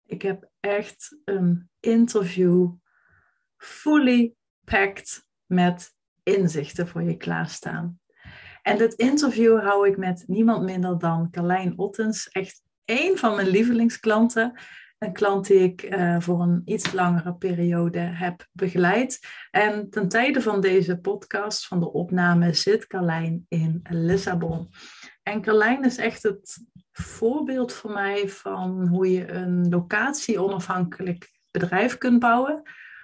Ik heb echt een interview fully packed met inzichten voor je klaarstaan. En dit interview hou ik met niemand minder dan Carlijn Ottens. Echt één van mijn lievelingsklanten. Een klant die ik voor een iets langere periode heb begeleid. En ten tijde van deze podcast, van de opname, zit Carlijn in Lissabon. En Carlijn is echt het voorbeeld voor mij van hoe je een locatie-onafhankelijk bedrijf kunt bouwen.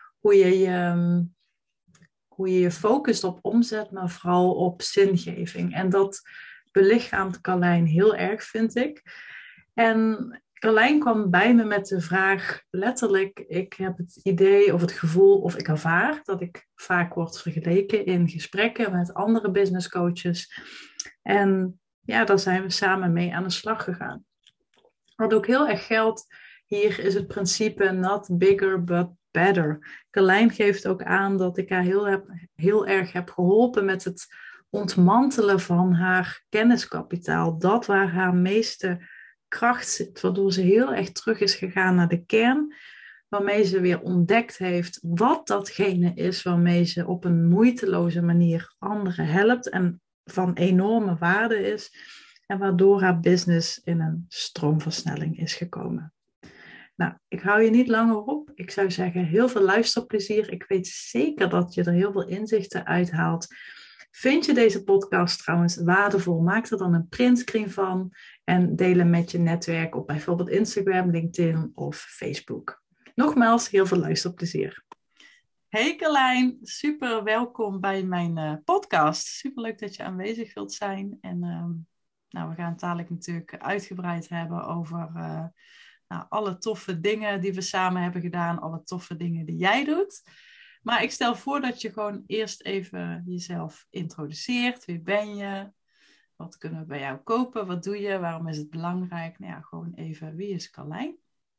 Hoe je focust op omzet, maar vooral op zingeving. En dat belichaamt Carlijn heel erg, vind ik. En Carlijn kwam bij me met de vraag, letterlijk, ik heb het idee of het gevoel of ik ervaar dat ik vaak word vergeleken in gesprekken met andere business coaches. En ja, daar zijn we samen mee aan de slag gegaan. Wat ook heel erg geldt, hier is het principe not bigger but better. Carlijn geeft ook aan dat ik haar heel erg heb geholpen met het ontmantelen van haar kenniskapitaal. Dat waar haar meeste kracht zit, waardoor ze heel erg terug is gegaan naar de kern, waarmee ze weer ontdekt heeft wat datgene is waarmee ze op een moeiteloze manier anderen helpt en van enorme waarde is en waardoor haar business in een stroomversnelling is gekomen. Nou, ik hou je niet langer op. Ik zou zeggen, heel veel luisterplezier. Ik weet zeker dat je er heel veel inzichten uithaalt. Vind je deze podcast trouwens waardevol? Maak er dan een printscreen van en deel hem met je netwerk op bijvoorbeeld Instagram, LinkedIn of Facebook. Nogmaals, heel veel luisterplezier. Hey Carlijn, super welkom bij mijn podcast. Super leuk dat je aanwezig wilt zijn. En we gaan het dadelijk natuurlijk uitgebreid hebben over alle toffe dingen die we samen hebben gedaan. Alle toffe dingen die jij doet. Maar ik stel voor dat je gewoon eerst even jezelf introduceert. Wie ben je? Wat kunnen we bij jou kopen? Wat doe je? Waarom is het belangrijk? Nou ja, gewoon even, wie is Carlijn?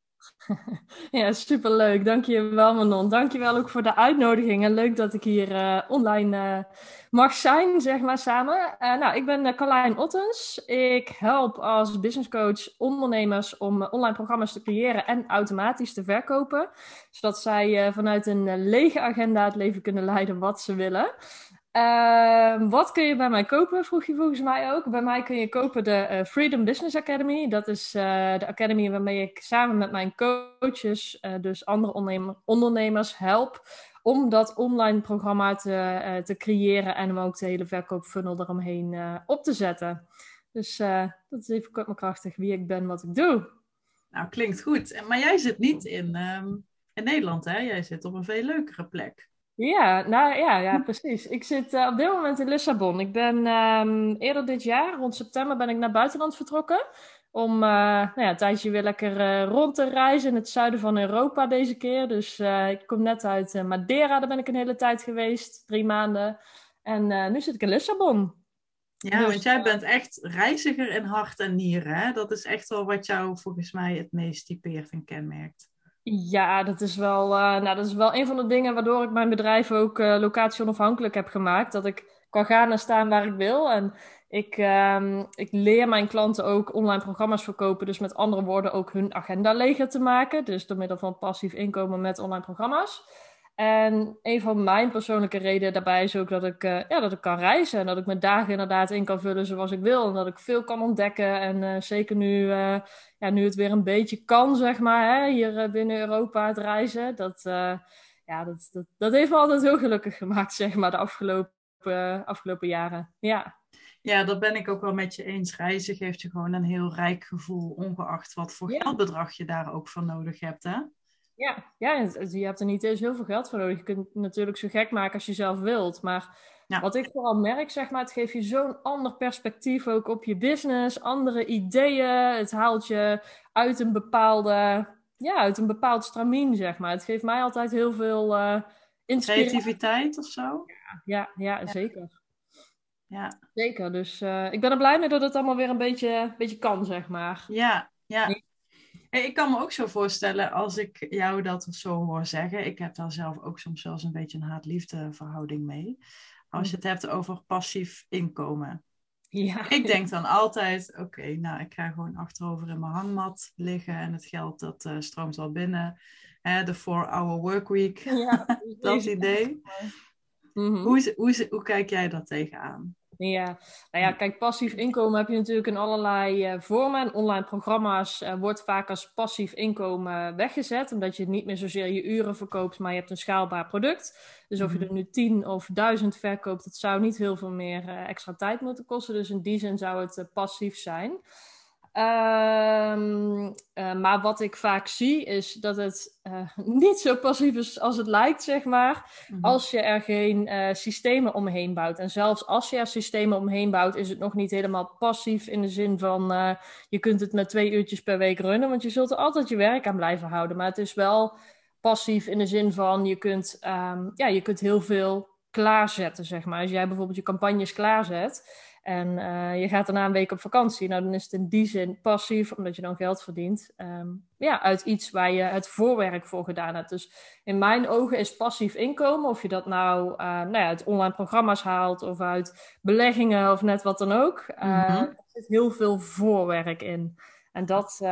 Ja, superleuk. Dank je wel, Manon. Dank je wel ook voor de uitnodiging. En leuk dat ik hier online mag zijn, zeg maar, samen. Ik ben Carlijn Ottens. Ik help als business coach ondernemers om online programma's te creëren en automatisch te verkopen. Zodat zij vanuit een lege agenda het leven kunnen leiden wat ze willen. Wat kun je bij mij kopen, vroeg je volgens mij ook. Bij mij kun je kopen de Freedom Business Academy. Dat is de academy waarmee ik samen met mijn coaches, dus andere ondernemers, help om dat online programma te creëren en om ook de hele verkoopfunnel eromheen op te zetten. Dus dat is even kort maar krachtig wie ik ben, wat ik doe. Nou, klinkt goed. Maar jij zit niet in Nederland, hè? Jij zit op een veel leukere plek. Ja, precies. Ik zit op dit moment in Lissabon. Ik ben eerder dit jaar, rond september, ben ik naar buitenland vertrokken. Om een tijdje weer lekker rond te reizen in het zuiden van Europa deze keer. Dus ik kom net uit Madeira, daar ben ik een hele tijd geweest, 3 maanden. En nu zit ik in Lissabon. Ja, Dus, want jij bent echt reiziger in hart en nieren, hè? Dat is echt wel wat jou volgens mij het meest typeert en kenmerkt. Ja, dat is wel een van de dingen waardoor ik mijn bedrijf ook locatie onafhankelijk heb gemaakt. Dat ik kan gaan en staan waar ik wil. En ik leer mijn klanten ook online programma's verkopen. Dus met andere woorden ook hun agenda leger te maken. Dus door middel van passief inkomen met online programma's. En een van mijn persoonlijke redenen daarbij is ook dat ik kan reizen. En dat ik mijn dagen inderdaad in kan vullen zoals ik wil. En dat ik veel kan ontdekken. En zeker nu het weer een beetje kan, zeg maar, hè, hier binnen Europa het reizen. Dat heeft me altijd heel gelukkig gemaakt, zeg maar, de afgelopen jaren. Ja. Ja, dat ben ik ook wel met je eens. Reizen geeft je gewoon een heel rijk gevoel, ongeacht wat voor Ja. geldbedrag je daar ook voor nodig hebt, hè? Ja, je hebt er niet eens heel veel geld voor nodig. Je kunt het natuurlijk zo gek maken als je zelf wilt. Maar Ja, wat ik vooral merk, zeg maar, het geeft je zo'n ander perspectief ook op je business, andere ideeën. Het haalt je uit een bepaald stramien, zeg maar. Het geeft mij altijd heel veel inspiratie. creativiteit of zo. Ja, Ja, zeker. ja, Zeker. Dus ik ben er blij mee dat het allemaal weer een beetje kan, zeg maar. ja. Ja. Hey, ik kan me ook zo voorstellen als ik jou dat zo hoor zeggen. Ik heb daar zelf ook soms wel eens een beetje een haat-liefde verhouding mee. Als je het hebt over passief inkomen. Ja, Ik denk dan altijd, oké, nou, ik ga gewoon achterover in mijn hangmat liggen en het geld dat stroomt wel binnen. De 4-hour workweek, ja, dat precies. idee. Mhm. Hoe kijk jij daar tegenaan? Ja, nou ja, kijk, passief inkomen heb je natuurlijk in allerlei vormen. En online programma's wordt vaak als passief inkomen weggezet, omdat je niet meer zozeer je uren verkoopt, maar je hebt een schaalbaar product. Dus of je Mhm. er nu 10 of 1000 verkoopt, het zou niet heel veel meer extra tijd moeten kosten. Dus in die zin zou het passief zijn. Maar wat ik vaak zie is dat het niet zo passief is als het lijkt, zeg maar, Mhm. als je er geen systemen omheen bouwt. En zelfs als je er systemen omheen bouwt, is het nog niet helemaal passief in de zin van je kunt het met 2 uurtjes per week runnen, want je zult er altijd je werk aan blijven houden. Maar het is wel passief in de zin van je kunt heel veel klaarzetten, zeg maar. Als jij bijvoorbeeld je campagnes klaarzet en je gaat daarna een week op vakantie, nou dan is het in die zin passief, omdat je dan geld verdient. Uit iets waar je het voorwerk voor gedaan hebt. Dus in mijn ogen is passief inkomen, of je dat uit online programma's haalt of uit beleggingen of net wat dan ook, Mhm. er zit heel veel voorwerk in. En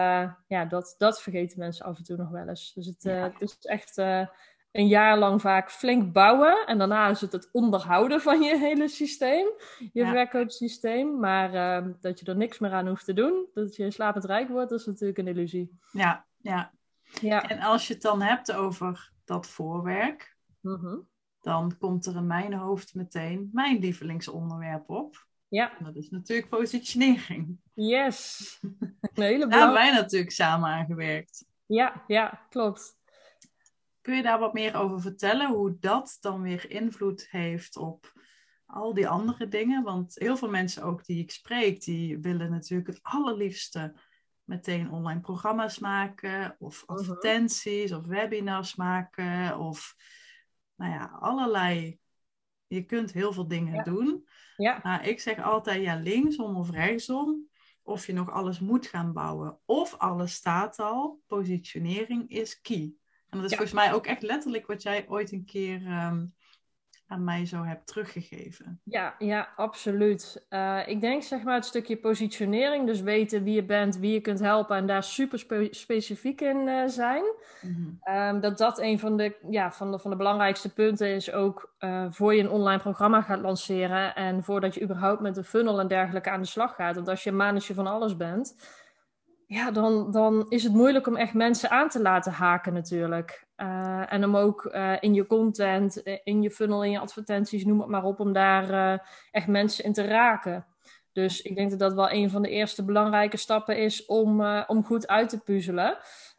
dat vergeten mensen af en toe nog wel eens. Dus Ja, het is echt een jaar lang vaak flink bouwen. En daarna is het onderhouden van je hele systeem, je ja, verkoopsysteem. Maar dat je er niks meer aan hoeft te doen, dat je slapend rijk wordt, dat is natuurlijk een illusie. ja, ja. Ja. En als je het dan hebt over dat voorwerk, Mhm. dan komt er in mijn hoofd meteen mijn lievelingsonderwerp op. Ja. En dat is natuurlijk positionering. Yes. Een hele Daar hebben belangrijke. wij natuurlijk samen aan gewerkt. Ja, ja, klopt. Kun je daar wat meer over vertellen? Hoe dat dan weer invloed heeft op al die andere dingen? Want heel veel mensen ook die ik spreek, die willen natuurlijk het allerliefste meteen online programma's maken, of Mhm. advertenties, of webinars maken, of nou ja, allerlei. Je kunt heel veel dingen Ja, doen. ja, Maar ik zeg altijd, ja, linksom of rechtsom. Of je nog alles moet gaan bouwen, of alles staat al. Positionering is key. En dat is ja. volgens mij ook echt letterlijk wat jij ooit een keer aan mij zo hebt teruggegeven. Ja, ja, absoluut. Ik denk zeg maar het stukje positionering, dus weten wie je bent, wie je kunt helpen en daar super specifiek in zijn. Mhm. Dat een van de belangrijkste punten is ook voor je een online programma gaat lanceren en voordat je überhaupt met een funnel en dergelijke aan de slag gaat. Want als je een mannetje van alles bent, ja, dan is het moeilijk om echt mensen aan te laten haken natuurlijk. En om ook in je content, in je funnel, in je advertenties, noem het maar op, om daar echt mensen in te raken. Dus ik denk dat dat wel een van de eerste belangrijke stappen is om goed uit te puzzelen.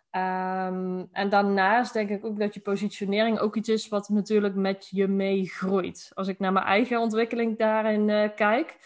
En daarnaast denk ik ook dat je positionering ook iets is wat natuurlijk met je meegroeit. Als ik naar mijn eigen ontwikkeling daarin kijk,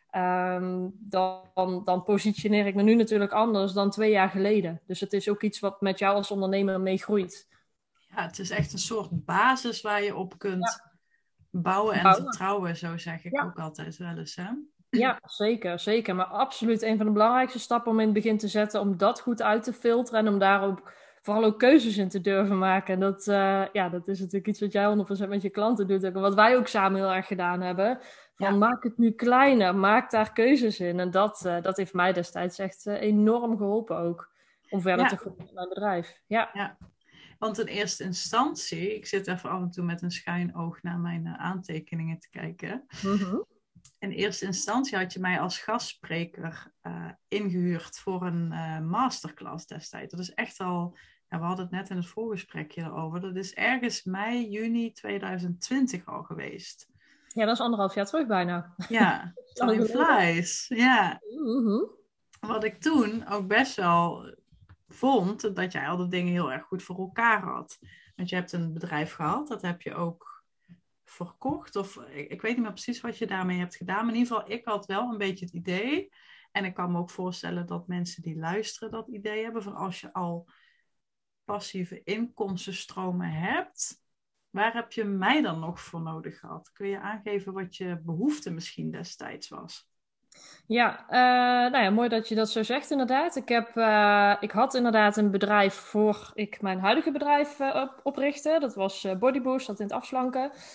dan positioneer ik me nu natuurlijk anders dan 2 jaar geleden. Dus het is ook iets wat met jou als ondernemer meegroeit. Ja, het is echt een soort basis waar je op kunt Ja, bouwen en bouwen. vertrouwen, zo zeg ik Ja. ook altijd wel eens. Hè? Ja, zeker, zeker. Maar absoluut een van de belangrijkste stappen om in het begin te zetten, om dat goed uit te filteren en om daar ook vooral ook keuzes in te durven maken. En dat is natuurlijk iets wat jij 100% met je klanten doet. En wat wij ook samen heel erg gedaan hebben. Van Ja, maak het nu kleiner, maak daar keuzes in. En dat heeft mij destijds echt enorm geholpen ook. Om verder te ja, groeien met mijn bedrijf. Ja. ja. Want in eerste instantie, ik zit even af en toe met een schuin oog naar mijn aantekeningen te kijken. Mhm. In eerste instantie had je mij als gastspreker ingehuurd voor een masterclass destijds. Dat is echt al, ja, we hadden het net in het voorgesprekje erover, dat is ergens mei, juni 2020 al geweest. Ja, dat is 1,5 jaar terug bijna. Ja, Lang time geleden. flies. Ja, Mhm. wat ik toen ook best wel vond, dat jij al de dingen heel erg goed voor elkaar had. Want je hebt een bedrijf gehad, dat heb je ook verkocht. Of ik weet niet meer precies wat je daarmee hebt gedaan. Maar in ieder geval, ik had wel een beetje het idee. En ik kan me ook voorstellen dat mensen die luisteren dat idee hebben. Van als je al passieve inkomstenstromen hebt, waar heb je mij dan nog voor nodig gehad? Kun je aangeven wat je behoefte misschien destijds was? Ja, nou ja, mooi dat je dat zo zegt inderdaad. Ik had inderdaad een bedrijf voor ik mijn huidige bedrijf oprichtte. Dat was Bodyboost, dat in het afslanken.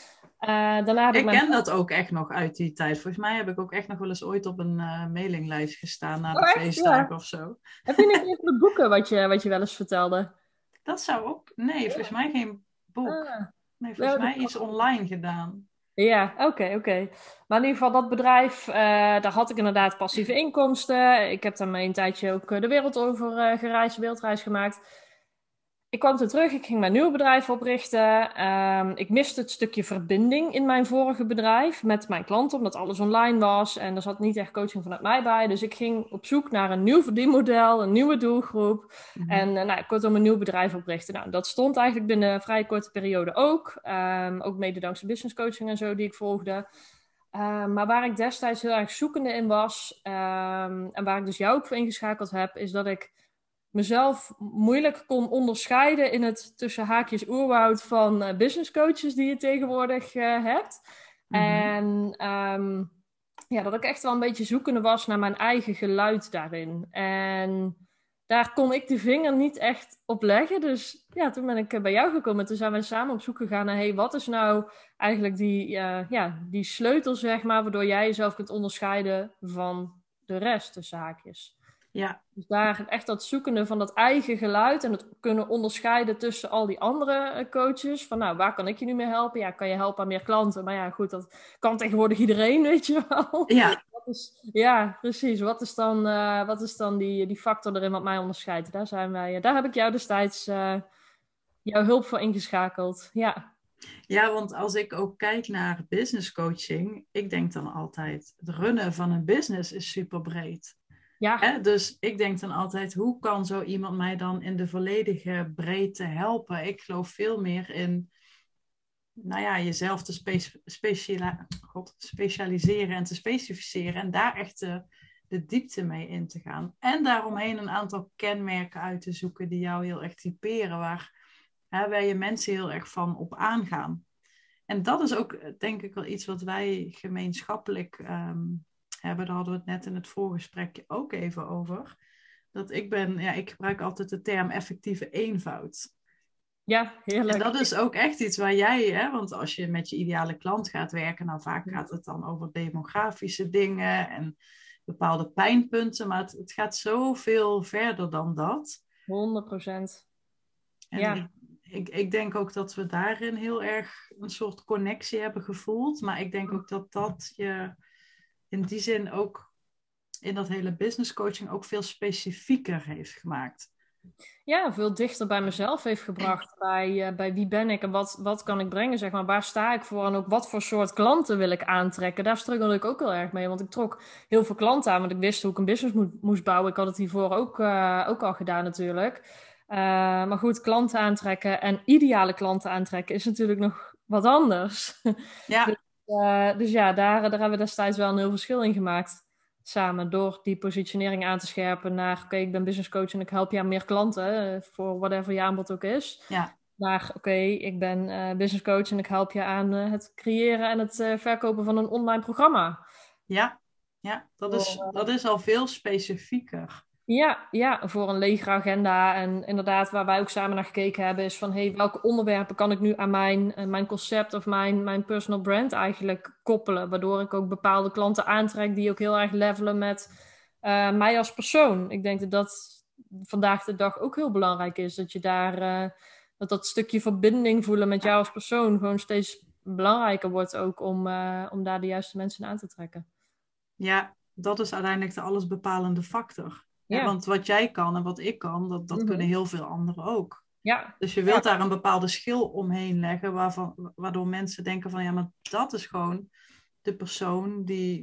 Daarna heb ik Ik ken dat ook echt nog uit die tijd. Volgens mij heb ik ook echt nog wel eens ooit op een mailinglijst gestaan na de Oh, echt? feestdagen Ja. of zo. Heb je niet meer van de boeken wat je wel eens vertelde? Dat zou ook... Nee, volgens mij geen boek. Ah, Nee, we volgens hebben mij iets online gedaan. Ja, oké. Maar in ieder geval dat bedrijf, daar had ik inderdaad passieve inkomsten. Ik heb daarmee een tijdje ook de wereld over gereisd, wereldreis gemaakt. Ik kwam toen terug, ik ging mijn nieuwe bedrijf oprichten. Ik miste het stukje verbinding in mijn vorige bedrijf met mijn klanten, omdat alles online was en er zat niet echt coaching vanuit mij bij. Dus ik ging op zoek naar een nieuw verdienmodel, een nieuwe doelgroep. Mhm. En kortom, een nieuw bedrijf oprichten. Nou, dat stond eigenlijk binnen een vrij korte periode ook. Ook mede dankzij business coaching en zo die ik volgde. Maar waar ik destijds heel erg zoekende in was, en waar ik dus jou ook voor ingeschakeld heb, is dat ik mezelf moeilijk kon onderscheiden in het tussen haakjes oerwoud van business coaches die je tegenwoordig hebt. Mhm. En dat ik echt wel een beetje zoekende was naar mijn eigen geluid daarin. En daar kon ik de vinger niet echt op leggen. Dus ja, toen ben ik bij jou gekomen. Toen zijn we samen op zoek gegaan naar, hey, wat is nou eigenlijk die sleutel, zeg maar, waardoor jij jezelf kunt onderscheiden van de rest, tussen haakjes. Ja, Dus daar echt dat zoekende van dat eigen geluid en het kunnen onderscheiden tussen al die andere coaches. Van nou, waar kan ik je nu mee helpen? Ja, kan je helpen aan meer klanten? Maar ja, goed, dat kan tegenwoordig iedereen, weet je wel. ja. Ja, precies. Wat is dan die factor erin wat mij onderscheidt? Daar heb ik jou destijds jouw hulp voor ingeschakeld. Ja. Ja, want als ik ook kijk naar business coaching, ik denk dan altijd, het runnen van een business is super breed. Ja, Dus ik denk dan altijd, hoe kan zo iemand mij dan in de volledige breedte helpen? Ik geloof veel meer in, nou ja, jezelf te specialiseren en te specificeren en daar echt de diepte mee in te gaan. En daaromheen een aantal kenmerken uit te zoeken die jou heel erg typeren, waar je mensen heel erg van op aangaan. En dat is ook, denk ik, wel iets wat wij gemeenschappelijk hebben. Daar hadden we het net in het voorgesprekje ook even over. Dat ik gebruik altijd de term effectieve eenvoud. ja, En heerlijk. dat is ook echt iets waar jij, want als je met je ideale klant gaat werken, nou vaak gaat het dan over demografische dingen en bepaalde pijnpunten, maar het gaat zoveel verder dan dat. 100%. En Ja. ik denk ook dat we daarin heel erg een soort connectie hebben gevoeld. Maar ik denk ook dat dat je in die zin ook in dat hele business coaching ook veel specifieker heeft gemaakt. Ja, veel dichter bij mezelf heeft gebracht. Bij wie ben ik en wat kan ik brengen, zeg maar. Waar sta ik voor en ook wat voor soort klanten wil ik aantrekken. Daar struggelde ik ook heel erg mee, want ik trok heel veel klanten aan, want ik wist hoe ik een business moest bouwen. Ik had het hiervoor ook al gedaan natuurlijk. Maar goed, klanten aantrekken en ideale klanten aantrekken is natuurlijk nog wat anders. Dus, Ja, dus ja, daar hebben we destijds wel een heel verschil in gemaakt. Samen door die positionering aan te scherpen naar, oké, ik ben business coach en ik help je aan meer klanten, voor whatever je aanbod ook is. ja, Naar, oké, ik ben business coach en ik help je aan het creëren en het verkopen van een online programma. ja, ja. Dat is al veel specifieker. Ja, voor een legere agenda. En inderdaad, waar wij ook samen naar gekeken hebben, is van hey, welke onderwerpen kan ik nu aan mijn concept of mijn personal brand eigenlijk koppelen? Waardoor ik ook bepaalde klanten aantrek die ook heel erg levelen met mij als persoon. Ik denk dat dat vandaag de dag ook heel belangrijk is. Dat je daar dat stukje verbinding voelen met jou als persoon gewoon steeds belangrijker wordt ook om daar de juiste mensen aan te trekken. Ja, dat is uiteindelijk de allesbepalende factor. Ja. Want wat jij kan en wat ik kan, dat kunnen Mhm. heel veel anderen ook. Ja. Dus je Ja. wilt daar een bepaalde schil omheen leggen, waardoor mensen denken van ja, maar dat is gewoon de persoon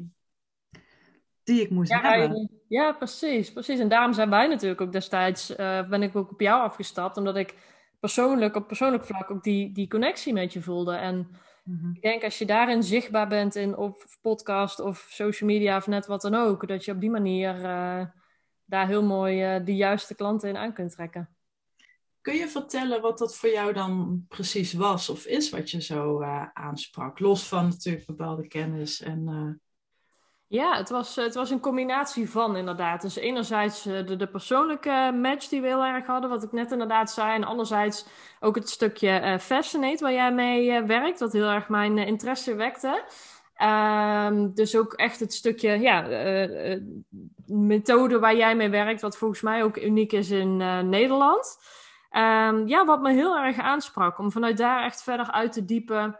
die ik moet Ja, hebben. ja, precies. En daarom zijn wij natuurlijk ook destijds, ben ik ook op jou afgestapt, omdat ik op persoonlijk vlak ook die connectie met je voelde. En Mhm. ik denk als je daarin zichtbaar bent of podcast of social media of net wat dan ook, dat je op die manier daar heel mooi de juiste klanten in aan kunt trekken. Kun je vertellen wat dat voor jou dan precies was of is wat je zo aansprak? Los van natuurlijk bepaalde kennis en... Ja, het was een combinatie van inderdaad. Dus enerzijds de persoonlijke match die we heel erg hadden, wat ik net inderdaad zei. En anderzijds ook het stukje Fascinate waar jij mee werkt, wat heel erg mijn interesse wekte. Dus ook echt het stukje methode waar jij mee werkt, wat volgens mij ook uniek is in Nederland. Wat me heel erg aansprak, om vanuit daar echt verder uit te diepen.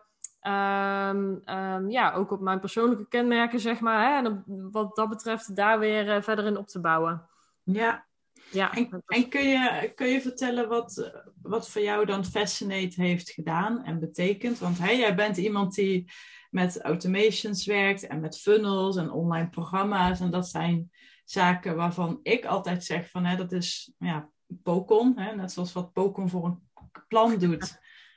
Ook op mijn persoonlijke kenmerken, zeg maar. Hè, en wat dat betreft daar weer verder in op te bouwen. Ja. Ja. En kun je vertellen wat voor jou dan Fascinate heeft gedaan en betekent? Want jij bent iemand die met automations werkt en met funnels en online programma's. En dat zijn zaken waarvan ik altijd zeg van dat is Pokon. Net zoals wat Pokon voor een plant doet.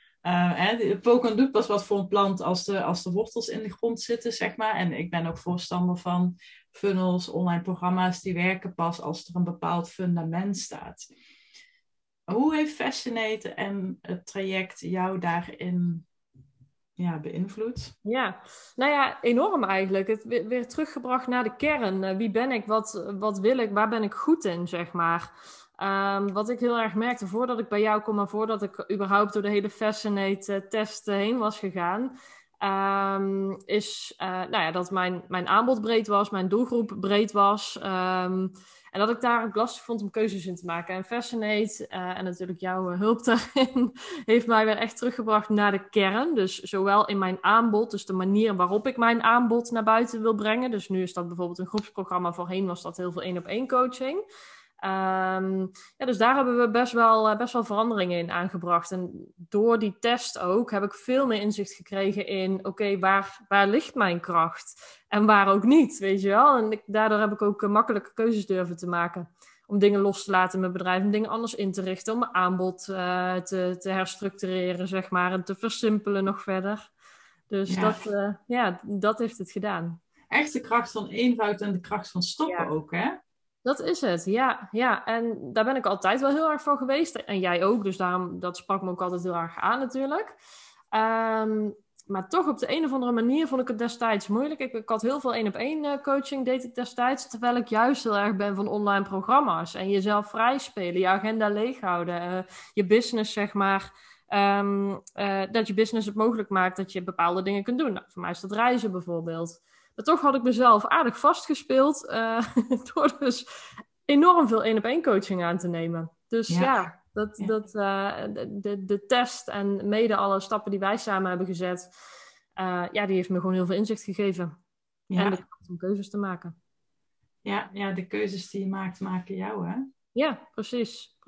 Pokon doet pas wat voor een plant als de wortels in de grond zitten, zeg maar. En ik ben ook voorstander van funnels, online programma's die werken pas als er een bepaald fundament staat. Hoe heeft Fascinate en het traject jou daarin beïnvloed? Ja, nou ja, enorm eigenlijk. Het weer teruggebracht naar de kern. Wie ben ik? Wat wil ik? Waar ben ik goed in, zeg maar? Wat ik heel erg merkte voordat ik bij jou kwam, maar voordat ik überhaupt door de hele Fascinate-test heen was gegaan, is dat mijn aanbod breed was, mijn doelgroep breed was. En dat ik daar ook lastig vond om keuzes in te maken. En Fascinate en natuurlijk jouw hulp daarin heeft mij weer echt teruggebracht naar de kern. Dus zowel in mijn aanbod, dus de manier waarop ik mijn aanbod naar buiten wil brengen. Dus nu is dat bijvoorbeeld een groepsprogramma. Voorheen was dat heel veel 1-op-1 coaching. Dus daar hebben we best wel veranderingen in aangebracht. En door die test ook heb ik veel meer inzicht gekregen in waar ligt mijn kracht en waar ook niet, weet je wel. En daardoor heb ik ook makkelijke keuzes durven te maken. Om dingen los te laten in mijn bedrijf, om dingen anders in te richten, om mijn aanbod te herstructureren, zeg maar, en te versimpelen nog verder. Dus dat heeft het gedaan. Echt de kracht van eenvoud en de kracht van stoppen ook, hè? Dat is het, ja. En daar ben ik altijd wel heel erg voor geweest. En jij ook, dus daarom, dat sprak me ook altijd heel erg aan natuurlijk. Maar toch op de een of andere manier vond ik het destijds moeilijk. Ik had heel veel 1-op-1 coaching, deed ik destijds. Terwijl ik juist heel erg ben van online programma's. En jezelf vrij spelen, je agenda leeghouden. Je business, zeg maar. Dat je business het mogelijk maakt dat je bepaalde dingen kunt doen. Nou, voor mij is dat reizen bijvoorbeeld. Maar toch had ik mezelf aardig vastgespeeld door dus enorm veel 1-op-1 coaching aan te nemen. Dus de test en mede alle stappen die wij samen hebben gezet, die heeft me gewoon heel veel inzicht gegeven. Ja. En de kracht om keuzes te maken. Ja, de keuzes die je maakt, maken jou, hè? Ja, precies.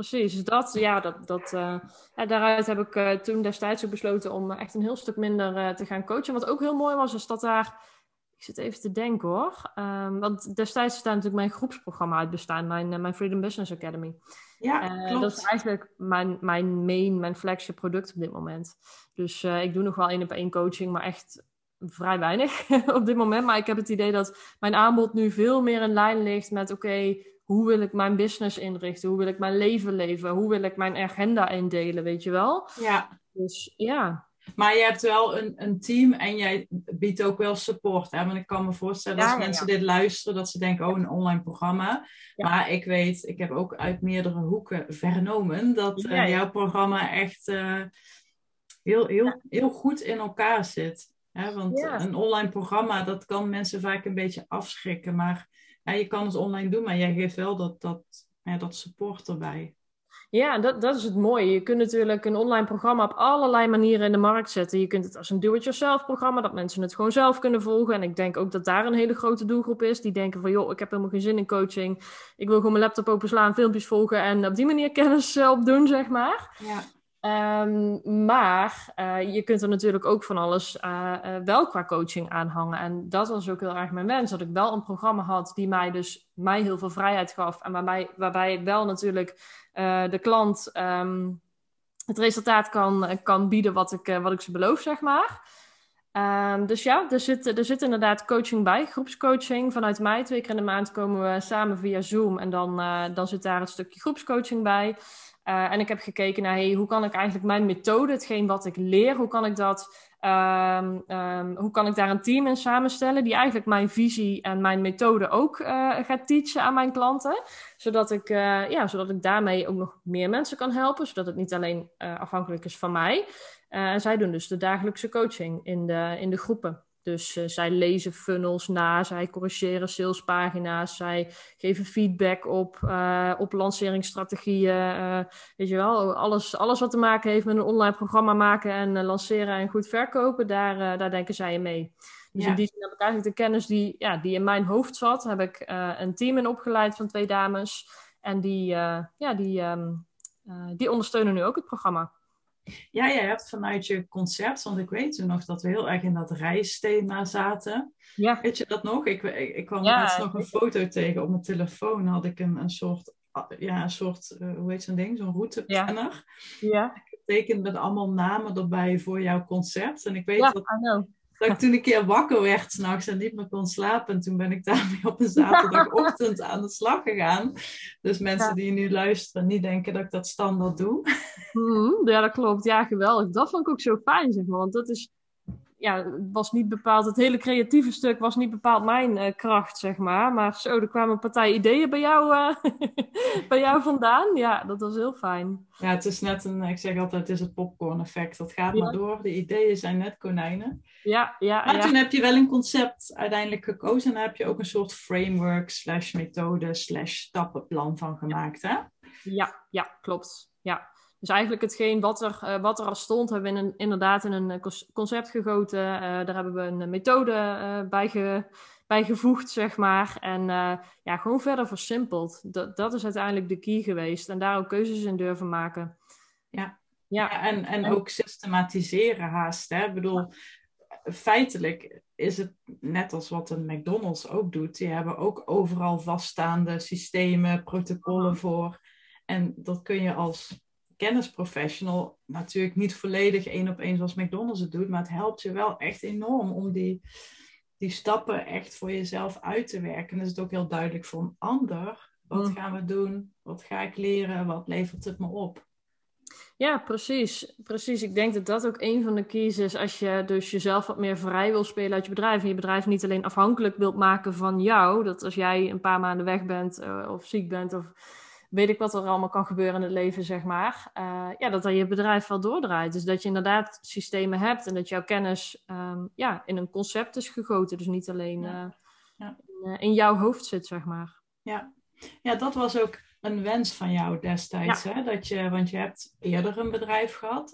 Daaruit heb ik toen destijds ook besloten om echt een heel stuk minder te gaan coachen. Wat ook heel mooi was, is dat daar... Ik zit even te denken hoor. Want destijds is daar natuurlijk mijn groepsprogramma uit bestaan. Mijn Freedom Business Academy. Ja, klopt. Dat is eigenlijk mijn flagship product op dit moment. Dus ik doe nog wel 1-op-1 coaching, maar echt vrij weinig op dit moment. Maar ik heb het idee dat mijn aanbod nu veel meer in lijn ligt met... hoe wil ik mijn business inrichten? Hoe wil ik mijn leven leven? Hoe wil ik mijn agenda indelen, weet je wel? Ja. Dus ja... Maar je hebt wel een team en jij biedt ook wel support. Hè? Want ik kan me voorstellen als mensen dit luisteren, dat ze denken, een online programma. Ja. Maar ik heb ook uit meerdere hoeken vernomen dat jouw programma echt heel goed in elkaar zit. Hè? Want een online programma, dat kan mensen vaak een beetje afschrikken. Maar je kan het online doen, maar jij geeft wel dat support erbij. Ja, dat is het mooie. Je kunt natuurlijk een online programma op allerlei manieren in de markt zetten. Je kunt het als een do-it-yourself programma, dat mensen het gewoon zelf kunnen volgen. En ik denk ook dat daar een hele grote doelgroep is. Die denken van, ik heb helemaal geen zin in coaching. Ik wil gewoon mijn laptop openslaan, filmpjes volgen en op die manier kennis opdoen, zeg maar. Ja. Maar je kunt er natuurlijk ook van alles wel qua coaching aanhangen. En dat was ook heel erg mijn wens. Dat ik wel een programma had die mij heel veel vrijheid gaf. En waarbij ik wel natuurlijk de klant het resultaat kan bieden wat ik ze beloof, zeg maar. Dus ja, er zit inderdaad coaching bij. Groepscoaching vanuit mij. 2 keer in de maand komen we samen via Zoom. En dan zit daar het stukje groepscoaching bij. En ik heb gekeken naar, hoe kan ik eigenlijk mijn methode, hetgeen wat ik leer, hoe kan ik hoe kan ik daar een team in samenstellen die eigenlijk mijn visie en mijn methode ook gaat teachen aan mijn klanten. Zodat ik daarmee ook nog meer mensen kan helpen, zodat het niet alleen afhankelijk is van mij. En zij doen dus de dagelijkse coaching in de groepen. Dus zij lezen funnels na, zij corrigeren salespagina's, zij geven feedback op lanceringsstrategieën. Weet je wel, alles wat te maken heeft met een online programma maken en lanceren en goed verkopen, daar denken zij in mee. Dus in die zin heb ik eigenlijk de kennis die in mijn hoofd zat, heb ik een team in opgeleid van 2 dames. En die ondersteunen nu ook het programma. Ja, jij hebt vanuit je concept, want ik weet toen nog dat we heel erg in dat reisthema zaten. Ja. Weet je dat nog? Ik kwam laatst nog een foto tegen op mijn telefoon. Had ik een soort hoe heet zo'n ding? Zo'n routeplanner. Ja. Getekend met allemaal namen erbij voor jouw concept. En ik weet dat ik toen een keer wakker werd 's nachts en niet meer kon slapen. En toen ben ik daarmee op een zaterdagochtend aan de slag gegaan. Dus mensen die nu luisteren, niet denken dat ik dat standaard doe. Ja, dat klopt. Ja, geweldig. Dat vond ik ook zo fijn, zeg maar. Want dat is, het was niet bepaald, het hele creatieve stuk was niet bepaald mijn kracht, zeg maar. Maar zo, er kwamen een partij ideeën bij jou, bij jou vandaan. Ja, dat was heel fijn. Ja, het is net ik zeg altijd, het is het popcorn effect. Dat gaat maar door. De ideeën zijn net konijnen. Maar toen heb je wel een concept uiteindelijk gekozen. En daar heb je ook een soort framework / methode / stappenplan van gemaakt, hè? Ja, klopt. Ja. Dus eigenlijk hetgeen wat er al stond, hebben we inderdaad in een concept gegoten. Daar hebben we een methode bij gevoegd, zeg maar. En gewoon verder versimpeld. Dat is uiteindelijk de key geweest. En daar ook keuzes in durven maken. Ja, en ook systematiseren haast. Hè? Ik bedoel, feitelijk is het net als wat een McDonald's ook doet. Die hebben ook overal vaststaande systemen, protocollen voor. En dat kun je als kennisprofessional natuurlijk niet volledig 1 op 1 zoals McDonald's het doet. Maar het helpt je wel echt enorm om die stappen echt voor jezelf uit te werken. En dan is het ook heel duidelijk voor een ander. Wat gaan we doen? Wat ga ik leren? Wat levert het me op? Ja, precies. Ik denk dat dat ook een van de keys is als je dus jezelf wat meer vrij wil spelen uit je bedrijf. En je bedrijf niet alleen afhankelijk wilt maken van jou. Dat als jij een paar maanden weg bent of ziek bent of weet ik wat er allemaal kan gebeuren in het leven, zeg maar. Dat dan je bedrijf wel doordraait. Dus dat je inderdaad systemen hebt en dat jouw kennis in een concept is gegoten. Dus niet alleen in jouw hoofd zit, zeg maar. Ja, dat was ook een wens van jou destijds. Hè? Want je hebt eerder een bedrijf gehad.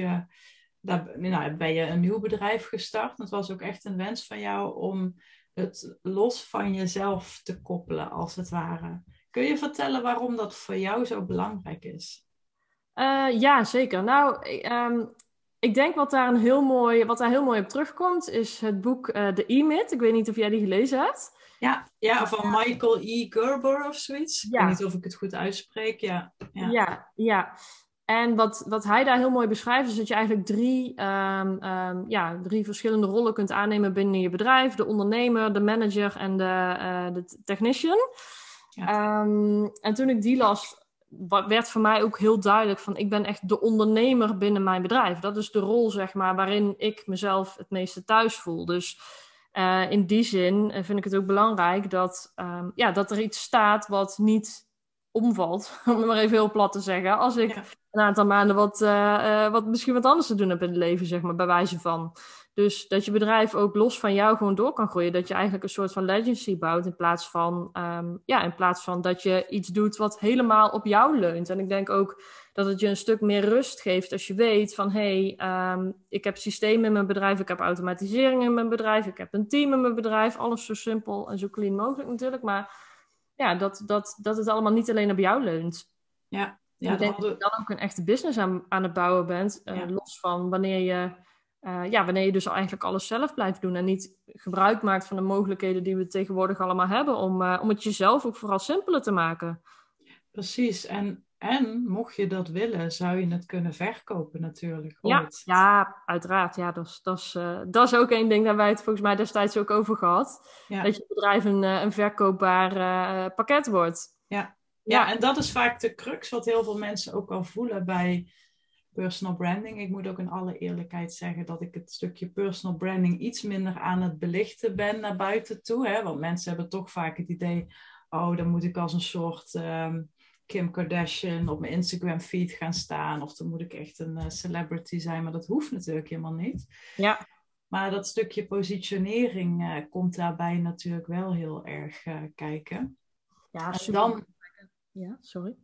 Daar ben je een nieuw bedrijf gestart. Het was ook echt een wens van jou om het los van jezelf te koppelen, als het ware. Kun je vertellen waarom dat voor jou zo belangrijk is? Ja, zeker. Nou, ik denk wat daar heel mooi op terugkomt, is het boek The E-Myth. Ik weet niet of jij die gelezen hebt. Ja, van Michael E. Gerber of zoiets. Ik weet niet of ik het goed uitspreek. Ja. En wat hij daar heel mooi beschrijft, is dat je eigenlijk drie verschillende rollen kunt aannemen binnen je bedrijf. De ondernemer, de manager en de technician. En toen ik die las, werd voor mij ook heel duidelijk van ik ben echt de ondernemer binnen mijn bedrijf. Dat is de rol, zeg maar, waarin ik mezelf het meeste thuis voel. Dus in die zin vind ik het ook belangrijk dat er iets staat wat niet omvalt, om het maar even heel plat te zeggen. Als ik een aantal maanden wat misschien wat anders te doen heb in het leven, zeg maar, bij wijze van. Dus dat je bedrijf ook los van jou gewoon door kan groeien. Dat je eigenlijk een soort van legacy bouwt in plaats van dat je iets doet wat helemaal op jou leunt. En ik denk ook dat het je een stuk meer rust geeft als je weet van ik heb systemen in mijn bedrijf, ik heb automatisering in mijn bedrijf, ik heb een team in mijn bedrijf. Alles zo simpel en zo clean mogelijk natuurlijk. Maar dat het allemaal niet alleen op jou leunt. Ja, ik denk dat je dan ook een echte business aan het bouwen bent. Los van wanneer je dus eigenlijk alles zelf blijft doen en niet gebruik maakt van de mogelijkheden die we tegenwoordig allemaal hebben om het jezelf ook vooral simpeler te maken. Precies. En mocht je dat willen, zou je het kunnen verkopen natuurlijk. Ja, uiteraard. Ja, dat is ook één ding, daar hebben wij het volgens mij destijds ook over gehad. Ja. Dat je bedrijf een verkoopbaar pakket wordt. Ja. Ja, en dat is vaak de crux wat heel veel mensen ook al voelen bij personal branding. Ik moet ook in alle eerlijkheid zeggen dat ik het stukje personal branding iets minder aan het belichten ben naar buiten toe. Hè? Want mensen hebben toch vaak het idee, oh, dan moet ik als een soort Kim Kardashian op mijn Instagram feed gaan staan. Of dan moet ik echt een celebrity zijn. Maar dat hoeft natuurlijk helemaal niet. Ja. Maar dat stukje positionering komt daarbij natuurlijk wel heel erg kijken. Ja, En super. dan... Ja, sorry.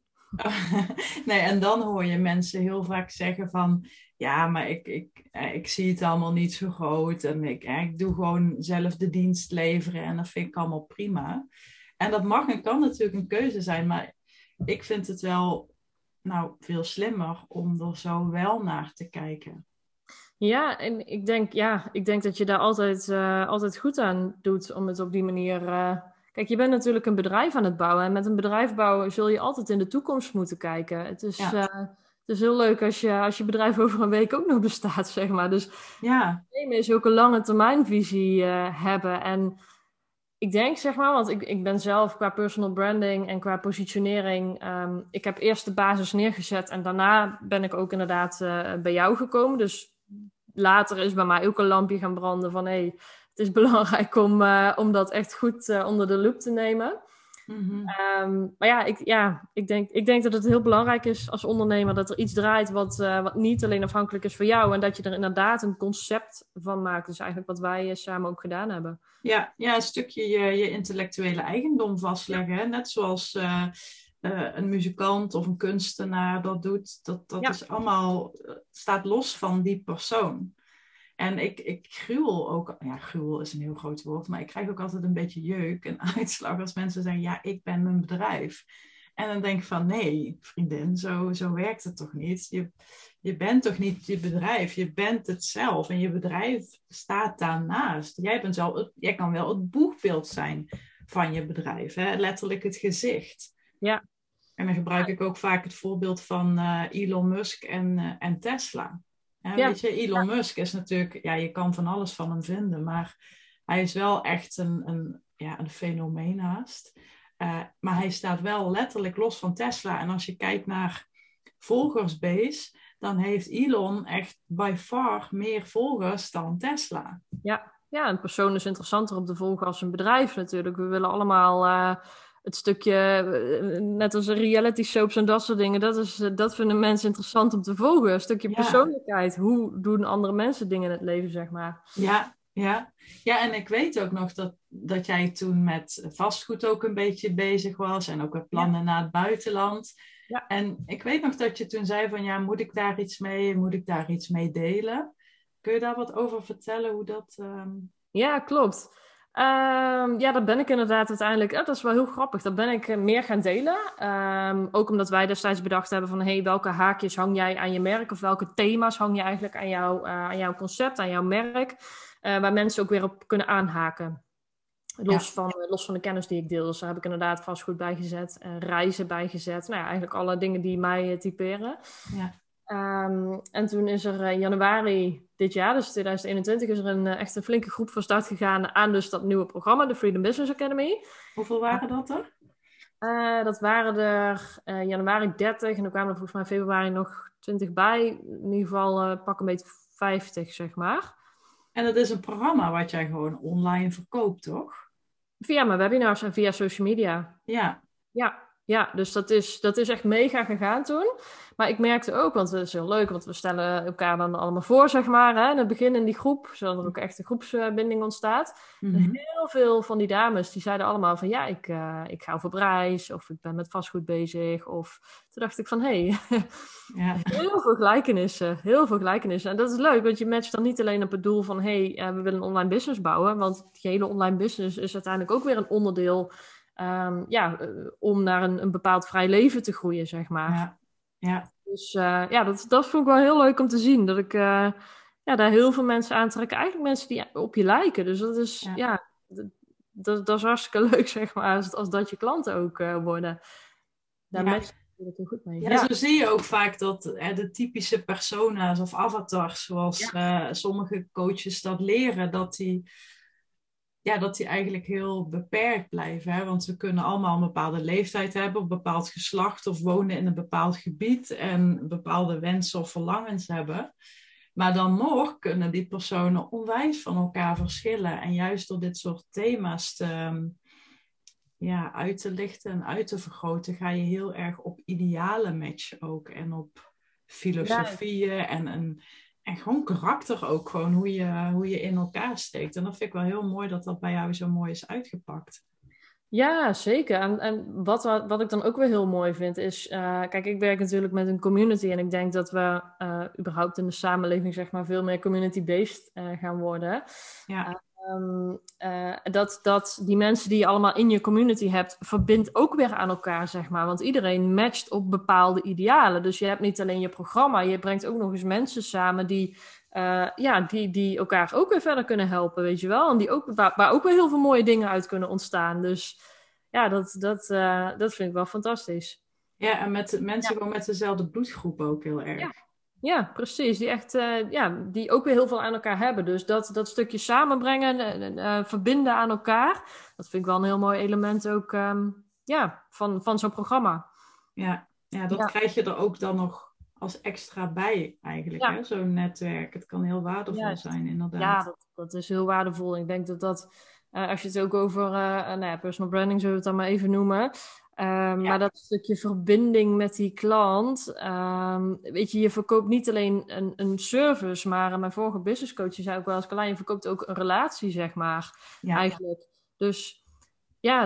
Nee, en dan hoor je mensen heel vaak zeggen van... Ja, maar ik zie het allemaal niet zo groot. En ik doe gewoon zelf de dienst leveren. En dat vind ik allemaal prima. En dat mag en kan natuurlijk een keuze zijn. Maar ik vind het wel veel slimmer om er zo wel naar te kijken. Ja, en ik denk dat je daar altijd goed aan doet om het op die manier... Kijk, je bent natuurlijk een bedrijf aan het bouwen. En met een bedrijf bouwen zul je altijd in de toekomst moeten kijken. Het is heel leuk als je bedrijf over een week ook nog bestaat, zeg maar. Dus ja, is ook een lange termijnvisie hebben. En ik denk, zeg maar, want ik ben zelf qua personal branding en qua positionering... ik heb eerst de basis neergezet en daarna ben ik ook inderdaad bij jou gekomen. Dus later is bij mij ook een lampje gaan branden van... het is belangrijk om dat echt goed onder de loep te nemen. mm-hmm. Maar ik denk dat het heel belangrijk is als ondernemer... dat er iets draait wat niet alleen afhankelijk is van jou... en dat je er inderdaad een concept van maakt. Dus eigenlijk wat wij samen ook gedaan hebben. Ja, een stukje je intellectuele eigendom vastleggen. Hè? Net zoals een muzikant of een kunstenaar dat doet. Dat is allemaal, staat los van die persoon. En ik gruwel ook... Ja, gruwel is een heel groot woord. Maar ik krijg ook altijd een beetje jeuk en uitslag als mensen zeggen... Ja, ik ben mijn bedrijf. En dan denk ik van... Nee, vriendin, zo werkt het toch niet? Je bent toch niet je bedrijf? Je bent het zelf. En je bedrijf staat daarnaast. Jij kan wel het boegbeeld zijn van je bedrijf. Hè? Letterlijk het gezicht. Ja. En dan gebruik ik ook vaak het voorbeeld van Elon Musk en Tesla. Weet je, Elon Musk is natuurlijk... Ja, je kan van alles van hem vinden. Maar hij is wel echt een fenomeen haast. Maar hij staat wel letterlijk los van Tesla. En als je kijkt naar volgersbase... dan heeft Elon echt by far meer volgers dan Tesla. Ja, een persoon is interessanter om te volgen als een bedrijf natuurlijk. We willen allemaal... het stukje, net als reality soaps en dat soort dingen, dat vinden mensen interessant om te volgen. Een stukje persoonlijkheid. Hoe doen andere mensen dingen in het leven, zeg maar. Ja, en ik weet ook nog dat jij toen met vastgoed ook een beetje bezig was en ook met plannen naar het buitenland. Ja. En ik weet nog dat je toen zei van, ja, moet ik daar iets mee? Moet ik daar iets mee delen? Kun je daar wat over vertellen, hoe dat... Ja, klopt. Dat ben ik inderdaad uiteindelijk... dat is wel heel grappig. Dat ben ik meer gaan delen. Ook omdat wij destijds bedacht hebben van... welke haakjes hang jij aan je merk? Of welke thema's hang je eigenlijk aan jouw concept, aan jouw merk? Waar mensen ook weer op kunnen aanhaken. Los van de kennis die ik deel. Dus daar heb ik inderdaad vastgoed bij gezet. Reizen bij gezet. Nou ja, eigenlijk alle dingen die mij typeren. Ja. En toen is er in januari dit jaar, dus 2021, is er echt een flinke groep van start gegaan aan dus dat nieuwe programma, de Freedom Business Academy. Hoeveel waren dat er? Dat waren er januari 30 en dan kwamen er volgens mij februari nog 20 bij. In ieder geval pak een beetje 50, zeg maar. En dat is een programma wat jij gewoon online verkoopt, toch? Via mijn webinars en via social media. Ja, dus dat is echt mega gegaan toen. Maar ik merkte ook, want het is heel leuk, want we stellen elkaar dan allemaal voor, zeg maar, hè, in het begin in die groep, zodat er ook echt een groepsbinding ontstaat. Mm-hmm. En heel veel van die dames, die zeiden allemaal van, ja, ik ga op reis, of ik ben met vastgoed bezig, of toen dacht ik van, heel veel gelijkenissen. En dat is leuk, want je matcht dan niet alleen op het doel van, we willen een online business bouwen, want die hele online business is uiteindelijk ook weer een onderdeel om naar een bepaald vrij leven te groeien, zeg maar. Ja. Dus dat vond ik wel heel leuk om te zien. Dat ik daar heel veel mensen aantrekken. Eigenlijk mensen die op je lijken. Dus dat is, dat is hartstikke leuk, zeg maar. Als dat je klanten ook worden. Daar match ik heel goed mee. Ja, zo zie je ook vaak dat de typische persona's of avatars, zoals sommige coaches dat leren, dat die ja, dat die eigenlijk heel beperkt blijven. Hè? Want we kunnen allemaal een bepaalde leeftijd hebben, een bepaald geslacht of wonen in een bepaald gebied en bepaalde wensen of verlangens hebben. Maar dan nog kunnen die personen onwijs van elkaar verschillen. En juist door dit soort thema's uit te lichten en uit te vergroten, ga je heel erg op idealen matchen ook. En op Ja, filosofieën en gewoon karakter ook. Gewoon hoe je in elkaar steekt. En dat vind ik wel heel mooi dat dat bij jou zo mooi is uitgepakt. ja, zeker. En wat ik dan ook weer heel mooi vind is, kijk, ik werk natuurlijk met een community en ik denk dat we überhaupt in de samenleving zeg maar veel meer community-based gaan worden. Ja, Dat die mensen die je allemaal in je community hebt, verbindt ook weer aan elkaar, zeg maar. Want iedereen matcht op bepaalde idealen. Dus je hebt niet alleen je programma, je brengt ook nog eens mensen samen die elkaar ook weer verder kunnen helpen, weet je wel. En waar ook weer heel veel mooie dingen uit kunnen ontstaan. Dus ja, dat vind ik wel fantastisch. ja, en met mensen Ja. gewoon met dezelfde bloedgroep ook heel erg. Ja. Ja, precies. Die echt, die ook weer heel veel aan elkaar hebben. Dus dat stukje samenbrengen, verbinden aan elkaar, dat vind ik wel een heel mooi element ook, van zo'n programma. Ja, ja, dat Ja, krijg je er ook dan nog als extra bij eigenlijk, hè? ja, Zo'n netwerk. Het kan heel waardevol juist. zijn, Ja, inderdaad. dat is heel waardevol. Ik denk als je het ook over personal branding, zullen we het dan maar even noemen. Maar Ja, dat stukje verbinding met die klant. Weet je, je verkoopt niet alleen een service, maar mijn vorige business coach die zei ook wel eens, Carlijn, je verkoopt ook een relatie, zeg maar, ja, eigenlijk. Dus ja,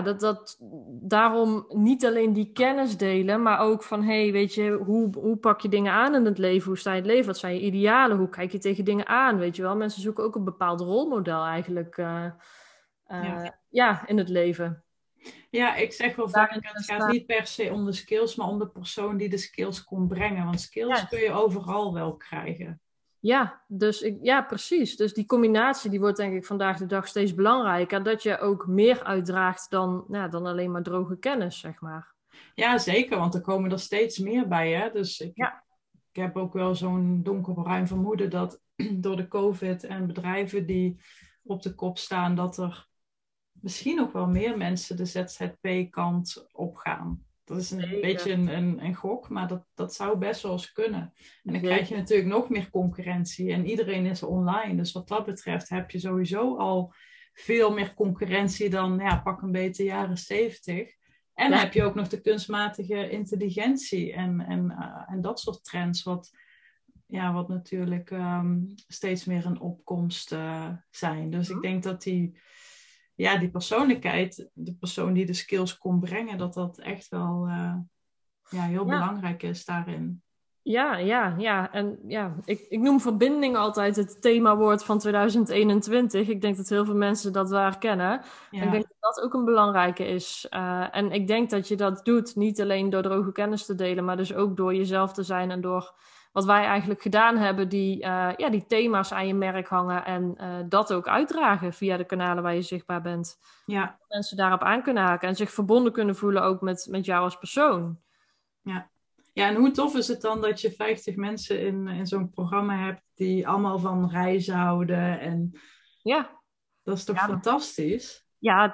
daarom niet alleen die kennis delen, maar ook van, hey, weet je, hoe pak je dingen aan in het leven? Hoe sta je in het leven? Wat zijn je idealen? Hoe kijk je tegen dingen aan? Weet je wel, mensen zoeken ook een bepaald rolmodel eigenlijk, ja. in het leven. Ja, ik zeg wel vaak, Daarin het te gaat staan. niet per se om de skills, maar om de persoon die de skills kon brengen. Want skills kun Juist. je overal wel krijgen. Ja, ja, precies. Dus die combinatie die wordt denk ik vandaag de dag steeds belangrijker. Dat je ook meer uitdraagt dan alleen maar droge kennis, zeg maar. Ja, zeker, want er komen er steeds meer bij, hè. Dus Ja, ik heb ook wel zo'n donkerbruin vermoeden dat door de COVID en bedrijven die op de kop staan, dat er misschien nog wel meer mensen de ZZP-kant opgaan. Dat is een zeker. beetje een gok, maar dat zou best wel eens kunnen. En dan krijg je Zeker. natuurlijk nog meer concurrentie en iedereen is online. Dus wat dat betreft heb je sowieso al veel meer concurrentie dan, ja, pak een beetje jaren 70. En dan Ja. heb je ook nog de kunstmatige intelligentie en dat soort trends, wat natuurlijk steeds meer een opkomst zijn. Dus ik denk dat die persoonlijkheid, de persoon die de skills kon brengen, dat dat echt wel heel Ja. belangrijk is daarin. Ja, ja, ja. En ja, ik noem verbinding altijd het themawoord van 2021. Ik denk dat heel veel mensen dat wel herkennen. En ik denk Ja, dat dat ook een belangrijke is. En ik denk dat je dat doet niet alleen door droge kennis te delen, maar dus ook door jezelf te zijn en door wat wij eigenlijk gedaan hebben, die thema's aan je merk hangen en dat ook uitdragen via de kanalen waar je zichtbaar bent. ja, Mensen daarop aan kunnen haken en zich verbonden kunnen voelen ook met jou als persoon. ja. Ja, en hoe tof is het dan dat je 50 mensen in zo'n programma hebt die allemaal van reizen houden en Ja. dat is toch Ja, fantastisch? ja,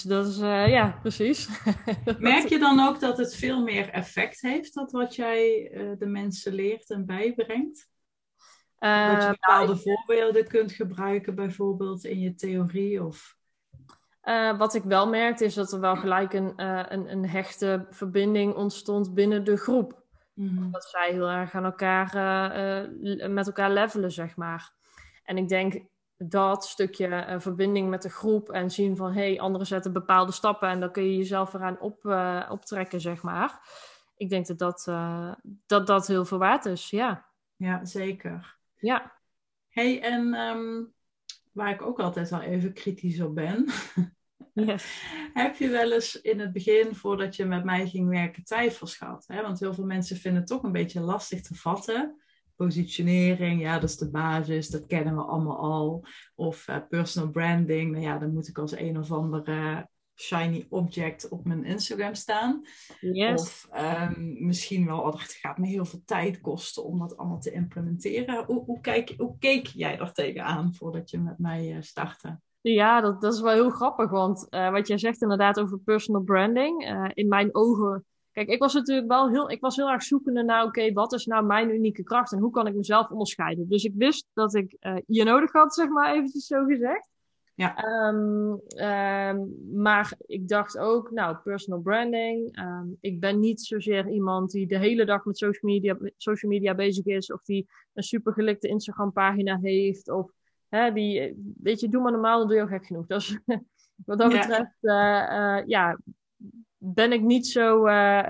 ja, precies. Merk je dan ook dat het veel meer effect heeft, dat wat jij de mensen leert en bijbrengt? Dat je Nou, bepaalde voorbeelden kunt gebruiken, bijvoorbeeld in je theorie of... wat ik wel merkte is dat er wel gelijk een hechte verbinding ontstond binnen de groep. Mhm. Dat zij heel erg aan elkaar, met elkaar levelen, zeg maar. En ik denk dat stukje verbinding met de groep en zien van hey, anderen zetten bepaalde stappen en dan kun je jezelf eraan optrekken, zeg maar. Ik denk dat heel veel waard is, ja. Ja, zeker. Ja. Hey, en waar ik ook altijd wel even kritisch op ben, Yes. heb je wel eens in het begin, voordat je met mij ging werken, twijfels gehad? Hè? Want heel veel mensen vinden het toch een beetje lastig te vatten. Positionering, ja, dat is de basis, dat kennen we allemaal al. Of personal branding, nou ja, dan moet ik als een of andere shiny object op mijn Instagram staan. Yes. Of misschien wel, oh, het gaat me heel veel tijd kosten om dat allemaal te implementeren. Hoe keek jij er tegenaan voordat je met mij startte? Ja, dat is wel heel grappig, want wat jij zegt inderdaad over personal branding, in mijn ogen, kijk, ik was natuurlijk ik was heel erg zoekende naar, oké, wat is nou mijn unieke kracht en hoe kan ik mezelf onderscheiden? Dus ik wist dat ik je nodig had, zeg maar, eventjes zo gezegd. Ja, Maar ik dacht ook, nou, personal branding. Ik ben niet zozeer iemand die de hele dag met social media bezig is, of die een supergelikte Instagram-pagina heeft, of die, weet je, doe maar normaal, dan doe je al gek genoeg. Dus wat dat ja, betreft, ja, ben ik niet zo,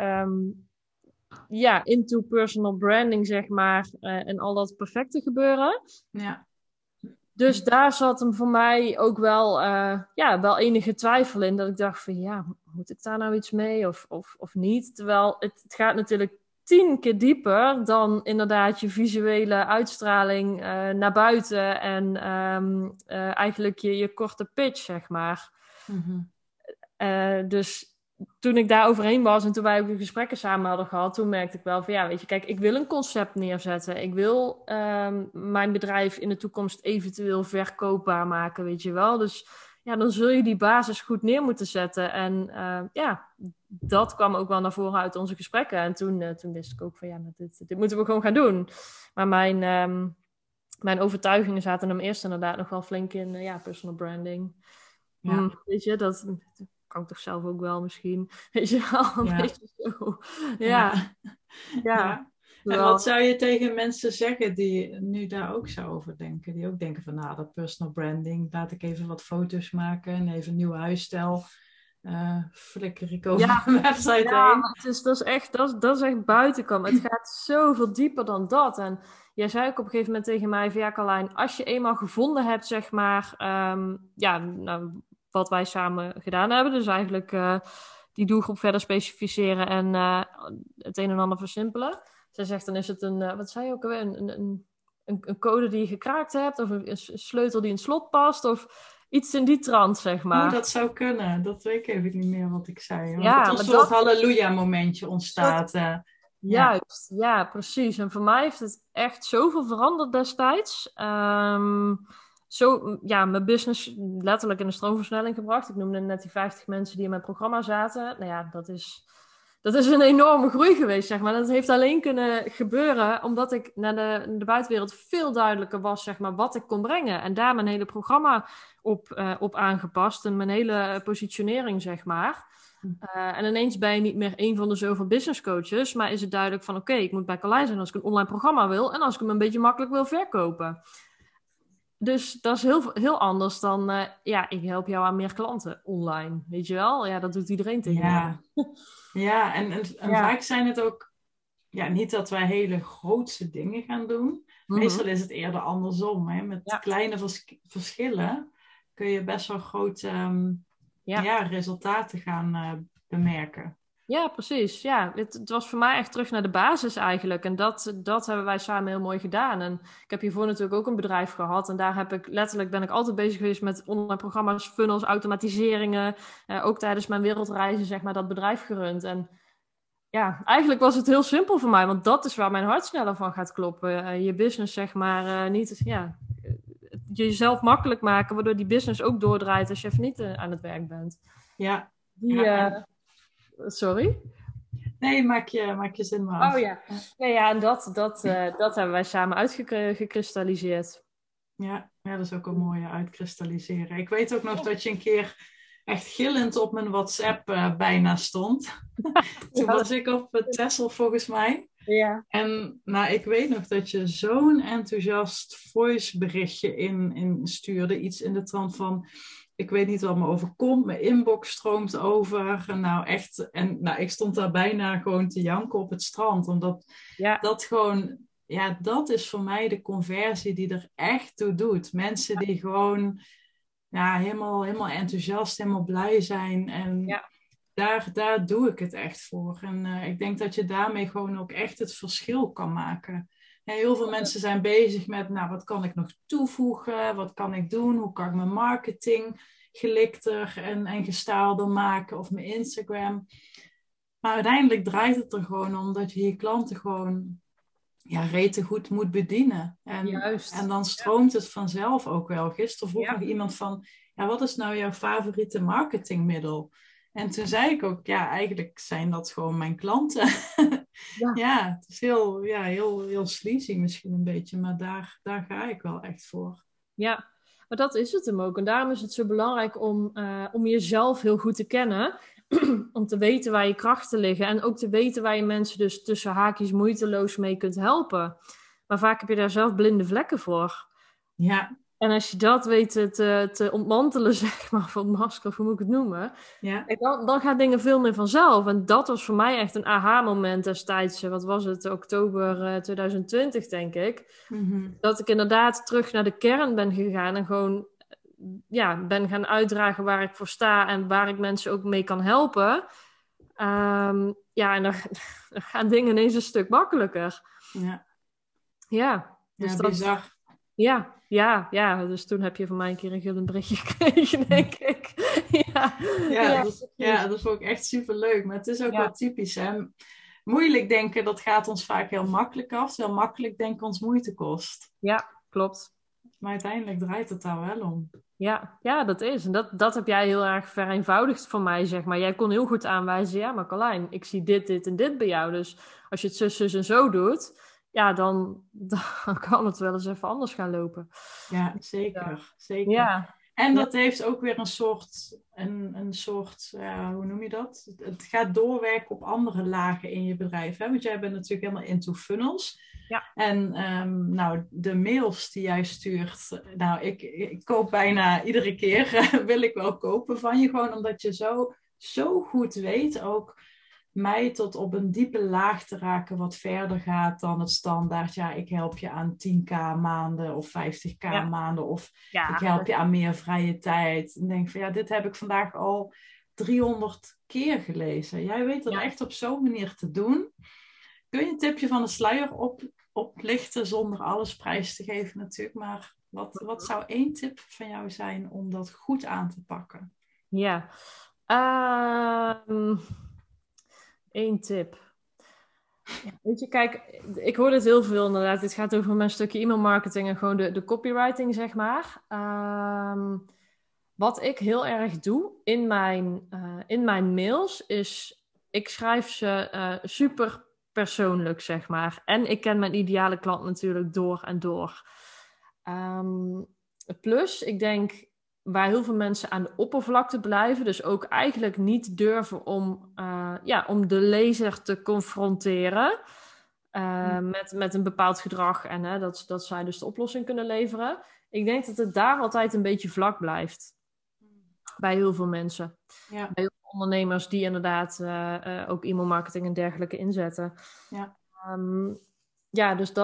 ja, into personal branding, zeg maar, en al dat perfecte gebeuren. ja. Dus daar zat hem voor mij ook wel, ja, wel enige twijfel in. Dat ik dacht van, ja, moet ik daar nou iets mee of niet? Terwijl het gaat natuurlijk 10 keer dieper dan inderdaad je visuele uitstraling naar buiten. En eigenlijk je korte pitch, zeg maar. Mhm. Dus toen ik daar overheen was en toen wij ook de gesprekken samen hadden gehad, toen merkte ik wel van ja, weet je, kijk, ik wil een concept neerzetten. Ik wil mijn bedrijf in de toekomst eventueel verkoopbaar maken, weet je wel. Dus ja, dan zul je die basis goed neer moeten zetten. En ja, dat kwam ook wel naar voren uit onze gesprekken. En toen wist ik ook van ja, nou, dit moeten we gewoon gaan doen. Maar mijn overtuigingen zaten hem eerst inderdaad nog wel flink in ja, personal branding. Ja, Weet je, dat kan ik toch zelf ook wel misschien. Weet je wel, een ja, beetje zo. Ja, ja, ja. ja. En wat Wel. zou je tegen mensen zeggen die nu daar ook zo over denken? Die ook denken van, nou, dat personal branding, laat ik even wat foto's maken en even een nieuwe huisstijl. Flikker ik over Ja, mijn website ja, heen. maar dat is echt buitenkant. Het gaat zoveel dieper dan dat. En jij zei ook op een gegeven moment tegen mij van ja, Carlijn, als je eenmaal gevonden hebt, zeg maar, ja, nou, wat wij samen gedaan hebben, dus eigenlijk die doelgroep verder specificeren en het een en ander versimpelen. Zij zegt dan is het wat zei je ook alweer, een code die je gekraakt hebt, of een sleutel die in het slot past, of iets in die trant, zeg Oh, maar. dat zou kunnen. Dat weet ik even niet meer wat ik zei. Want dat Ja, een maar soort dat halleluja-momentje soort ontstaat. Ja, juist, ja, precies. En voor mij heeft het echt zoveel veranderd destijds. Ja, mijn business letterlijk in de stroomversnelling gebracht. Ik noemde net die 50 mensen die in mijn programma zaten. Nou ja, dat is een enorme groei geweest, zeg maar. Dat heeft alleen kunnen gebeuren omdat ik naar de buitenwereld veel duidelijker was, zeg maar, wat ik kon brengen. En daar mijn hele programma op aangepast en mijn hele positionering, zeg maar. En ineens ben je niet meer een van de zoveel business coaches, maar is het duidelijk van oké, ik moet bij Carlijn zijn als ik een online programma wil en als ik hem een beetje makkelijk wil verkopen. Dus dat is heel anders dan, ja, ik help jou aan meer klanten online, weet je wel? Ja, dat doet iedereen tegenwoordig. ja, ja. En Ja. vaak zijn het ook, ja, niet dat wij hele grootse dingen gaan doen. Mhm. Meestal is het eerder andersom. Hè? Met Ja. kleine verschillen kun je best wel grote Ja. ja, resultaten gaan bemerken. Ja, precies. Ja, het was voor mij echt terug naar de basis eigenlijk. En dat hebben wij samen heel mooi gedaan. En ik heb hiervoor natuurlijk ook een bedrijf gehad. En daar ben ik altijd bezig geweest met online programma's, funnels, automatiseringen. Ook tijdens mijn wereldreizen, zeg maar, dat bedrijf gerund. En ja, eigenlijk was het heel simpel voor mij. Want dat is waar mijn hart sneller van gaat kloppen. Je business, zeg maar, niet, ja, jezelf makkelijk maken. Waardoor die business ook doordraait als je even niet aan het werk bent. Ja, Die, ja. En, sorry? nee, maak je zin maar Oh af. ja. Nee, ja, en dat hebben wij samen uitgekristalliseerd. Ja, ja, dat is ook een mooie uitkristalliseren. Ik weet ook nog dat je een keer echt gillend op mijn WhatsApp bijna stond. Toen Ja, was ik op Texel volgens mij. ja, En nou, ik weet nog dat je zo'n enthousiast voice berichtje in stuurde. Iets in de trant van, ik weet niet wat me overkomt. Mijn inbox stroomt over. En nou echt, en nou, ik stond daar bijna gewoon te janken op het strand. Omdat ja, dat gewoon, ja, dat is voor mij de conversie die er echt toe doet. Mensen die gewoon ja, helemaal enthousiast, helemaal blij zijn. En ja, daar doe ik het echt voor. En ik denk dat je daarmee gewoon ook echt het verschil kan maken. En heel veel mensen zijn bezig met, nou, wat kan ik nog toevoegen? Wat kan ik doen? Hoe kan ik mijn marketing gelikter en gestaalder maken? Of mijn Instagram? Maar uiteindelijk draait het er gewoon om dat je je klanten gewoon rete goed moet bedienen. En dan stroomt het vanzelf ook wel. Gisteren vroeg nog iemand van, wat is nou jouw favoriete marketingmiddel? En toen zei ik ook, eigenlijk zijn dat gewoon mijn klanten. Het is heel sleazy misschien een beetje, maar daar ga ik wel echt voor. Ja, maar dat is het hem ook. En daarom is het zo belangrijk om jezelf heel goed te kennen. Om te weten waar je krachten liggen. En ook te weten waar je mensen dus tussen haakjes moeiteloos mee kunt helpen. Maar vaak heb je daar zelf blinde vlekken voor. Ja. En als je dat weet te ontmantelen, zeg maar, van masker, of hoe moet ik het noemen? Ja. Dan gaan dingen veel meer vanzelf. En dat was voor mij echt een aha-moment destijds. Wat was het? Oktober 2020, denk ik. Mm-hmm. Dat ik inderdaad terug naar de kern ben gegaan. En gewoon ben gaan uitdragen waar ik voor sta. En waar ik mensen ook mee kan helpen. En dan gaan dingen ineens een stuk makkelijker. Ja. Dus bizar. Ja, dus toen heb je van mij een keer een gulden berichtje gekregen, denk ik. Dat is ook echt superleuk. Maar het is ook wel typisch, hè. Moeilijk denken, dat gaat ons vaak heel makkelijk af. Terwijl makkelijk denken ons moeite kost. Ja, klopt. Maar uiteindelijk draait het daar wel om. Ja, dat is. En dat heb jij heel erg vereenvoudigd voor mij, zeg maar. Jij kon heel goed aanwijzen, maar Carlijn, ik zie dit en dit bij jou. Dus als je het zus en zo doet, dan kan het wel eens even anders gaan lopen. Ja, zeker. Ja. En dat heeft ook weer een soort, hoe noem je dat? Het gaat doorwerken op andere lagen in je bedrijf. Hè? Want jij bent natuurlijk helemaal into funnels. Ja. En de mails die jij stuurt, ik koop bijna iedere keer, wil ik wel kopen van je. Gewoon omdat je zo goed weet ook mij tot op een diepe laag te raken wat verder gaat dan het standaard. Ja, ik help je aan 10k maanden of 50k maanden of ik help je aan meer vrije tijd. En denk van dit heb ik vandaag al 300 keer gelezen. Jij weet dat echt op zo'n manier te doen. Kun je een tipje van de sluier oplichten zonder alles prijs te geven natuurlijk. Maar wat zou 1 tip van jou zijn om dat goed aan te pakken? Ja. 1 tip. Ja, weet je, kijk, ik hoor dit heel veel inderdaad. Dit gaat over mijn stukje e-mailmarketing en gewoon de copywriting, zeg maar. Wat ik heel erg doe in mijn mails is, ik schrijf ze super persoonlijk, zeg maar. En ik ken mijn ideale klant natuurlijk door en door. Plus, ik denk, waar heel veel mensen aan de oppervlakte blijven, dus ook eigenlijk niet durven om de lezer te confronteren met een bepaald gedrag en dat zij dus de oplossing kunnen leveren. Ik denk dat het daar altijd een beetje vlak blijft. Bij heel veel mensen. Ja. Bij heel veel ondernemers die inderdaad ook e-mailmarketing en dergelijke inzetten. Dus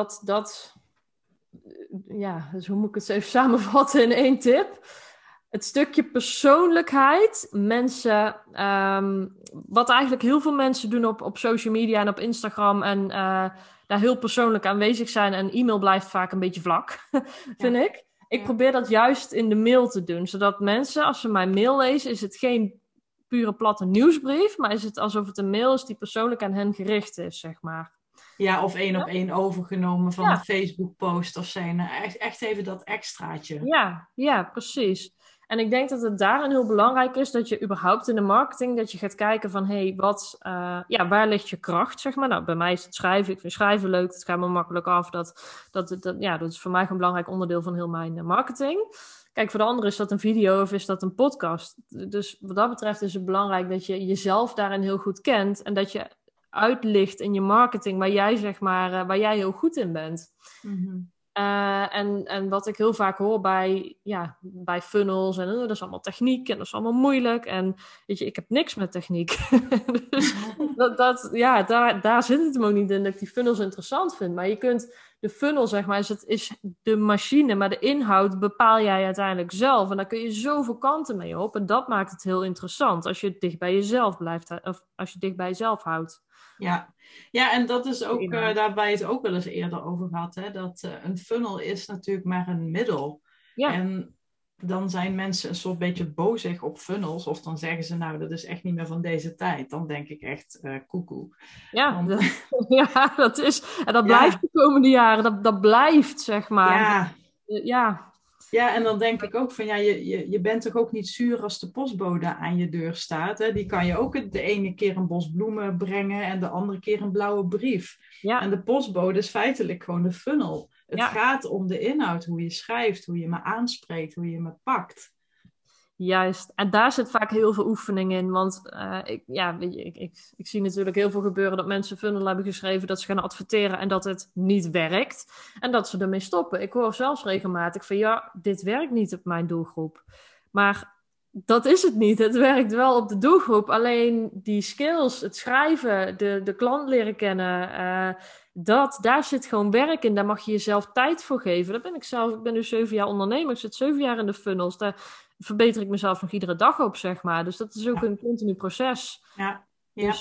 dus hoe moet ik het even samenvatten in 1 tip? Het stukje persoonlijkheid. Mensen, wat eigenlijk heel veel mensen doen op social media en op Instagram en daar heel persoonlijk aanwezig zijn. En e-mail blijft vaak een beetje vlak, vind ik. Ik probeer dat juist in de mail te doen. Zodat mensen, als ze mijn mail lezen, is het geen pure platte nieuwsbrief. Maar is het alsof het een mail is die persoonlijk aan hen gericht is, zeg maar. Ja, of 1 op 1 overgenomen van een Facebook-post of zijn. Echt even dat extraatje. Ja, precies. En ik denk dat het daarin heel belangrijk is dat je überhaupt in de marketing, dat je gaat kijken van, waar ligt je kracht, zeg maar. Nou, bij mij is het schrijven. Ik vind schrijven leuk. Dat gaat me makkelijk af. Dat is voor mij een belangrijk onderdeel van heel mijn marketing. Kijk, voor de anderen is dat een video of is dat een podcast. Dus wat dat betreft is het belangrijk dat je jezelf daarin heel goed kent en dat je uitlicht in je marketing waar jij heel goed in bent. Mm-hmm. En wat ik heel vaak hoor bij funnels en dat is allemaal techniek en dat is allemaal moeilijk en weet je, ik heb niks met techniek. Dus daar zit het hem ook niet in dat ik die funnels interessant vind. Maar je kunt de funnel, zeg maar, is de machine, maar de inhoud bepaal jij uiteindelijk zelf en daar kun je zoveel kanten mee op en dat maakt het heel interessant als je dicht bij jezelf blijft of als je dicht bij jezelf houdt. Ja, en dat is ook, daarbij het ook wel eens eerder over gehad, hè, dat een funnel is natuurlijk maar een middel. Ja. En dan zijn mensen een soort beetje bozig op funnels. Of dan zeggen ze, nou, dat is echt niet meer van deze tijd. Dan denk ik echt, koekoe. Ja, Want ja, dat is. En dat blijft ja, de komende jaren. Dat blijft, zeg maar. ja, Ja, ja, en dan denk ik ook van, ja, je bent toch ook niet zuur als de postbode aan je deur staat. Hè? Die kan je ook de ene keer een bos bloemen brengen en de andere keer een blauwe brief. En ja, de postbode is feitelijk gewoon de funnel. Het ja. gaat om de inhoud, hoe je schrijft, hoe je me aanspreekt, hoe je me pakt. Juist, en daar zit vaak heel veel oefening in. Want weet je, ik zie natuurlijk heel veel gebeuren dat mensen funnel hebben geschreven, dat ze gaan adverteren en dat het niet werkt. En dat ze ermee stoppen. Ik hoor zelfs regelmatig van ja, dit werkt niet op mijn doelgroep. Maar dat is het niet. Het werkt wel op de doelgroep. Alleen die skills, het schrijven, de klant leren kennen, daar zit gewoon werk in. Daar mag je jezelf tijd voor geven. Dat ben ik zelf. Ik ben nu 7 jaar ondernemer. Ik zit 7 jaar in de funnels. Daar verbeter ik mezelf nog iedere dag op, zeg maar. Dus dat is ook Ja, een continu proces. ja, ja. Dus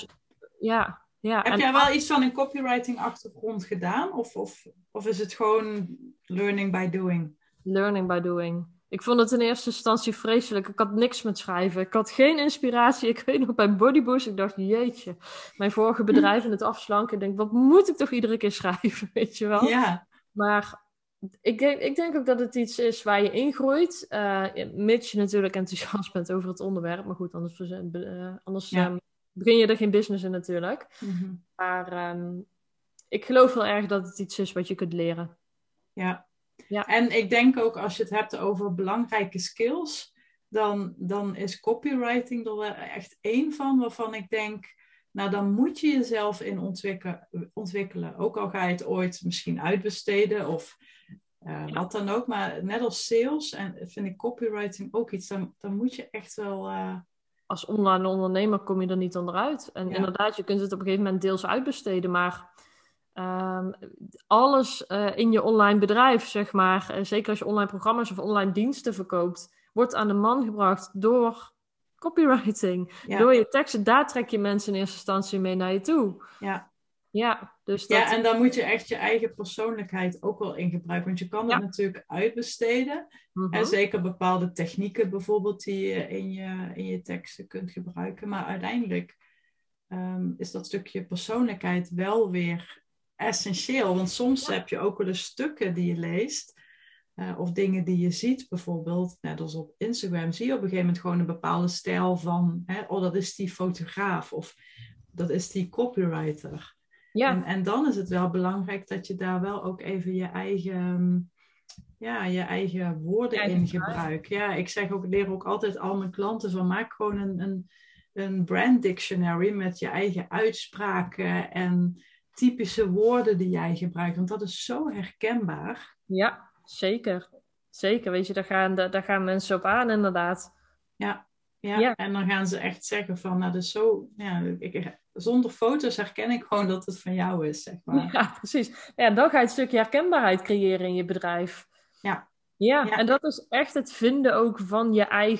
ja. Heb En jij wel iets van een copywriting achtergrond gedaan? Of is het gewoon learning by doing? learning by doing. Ik vond het in eerste instantie vreselijk. Ik had niks met schrijven. Ik had geen inspiratie. Ik weet nog bij Bodyboost, ik dacht, jeetje. Mijn vorige bedrijf in het afslanken. Ik denk, wat moet ik toch iedere keer schrijven, weet je wel? Ja, Maar ik denk ook dat het iets is waar je ingroeit. Mits je natuurlijk enthousiast bent over het onderwerp. Maar goed, anders ja. begin je er geen business in natuurlijk. Mhm. Maar ik geloof heel erg dat het iets is wat je kunt leren. Ja. Ja, En ik denk ook als je het hebt over belangrijke skills, dan is copywriting er wel echt één van waarvan ik denk, nou dan moet je jezelf in ontwikkelen. Ook al ga je het ooit misschien uitbesteden of wat dan ook. Maar net als sales en vind ik copywriting ook iets, dan moet je echt wel, als online ondernemer kom je er niet onderuit. En ja, inderdaad, je kunt het op een gegeven moment deels uitbesteden. Maar alles in je online bedrijf, zeg maar, zeker als je online programma's of online diensten verkoopt, wordt aan de man gebracht door copywriting. ja, Door je teksten, daar trek je mensen in eerste instantie mee naar je toe. ja. Ja, dus Ja, dat... en dan moet je echt je eigen persoonlijkheid ook wel in gebruiken. Want je kan het Ja. natuurlijk uitbesteden. En Mhm. zeker bepaalde technieken bijvoorbeeld die je in je teksten kunt gebruiken. Maar uiteindelijk is dat stukje persoonlijkheid wel weer essentieel. Want soms heb je ook wel eens stukken die je leest. Of dingen die je ziet bijvoorbeeld. Net als op Instagram zie je op een gegeven moment gewoon een bepaalde stijl van... oh, dat is die fotograaf of dat is die copywriter. Ja, En dan is het wel belangrijk dat je daar wel ook even je eigen woorden eigen in stijl. gebruikt. Ja, ik zeg ook, leer ook altijd al mijn klanten van maak gewoon een brand dictionary met je eigen uitspraken en typische woorden die jij gebruikt. Want dat is zo herkenbaar. Ja, zeker. Zeker, weet je, daar gaan mensen op aan, inderdaad. Ja, ja. Ja, En dan gaan ze echt zeggen van, nou, dat is zo, ja, zonder foto's herken ik gewoon dat het van jou is, zeg maar. ja, precies. Ja, dan ga je een stukje herkenbaarheid creëren in je bedrijf. Ja, Ja, en ja, dat is echt het vinden ook van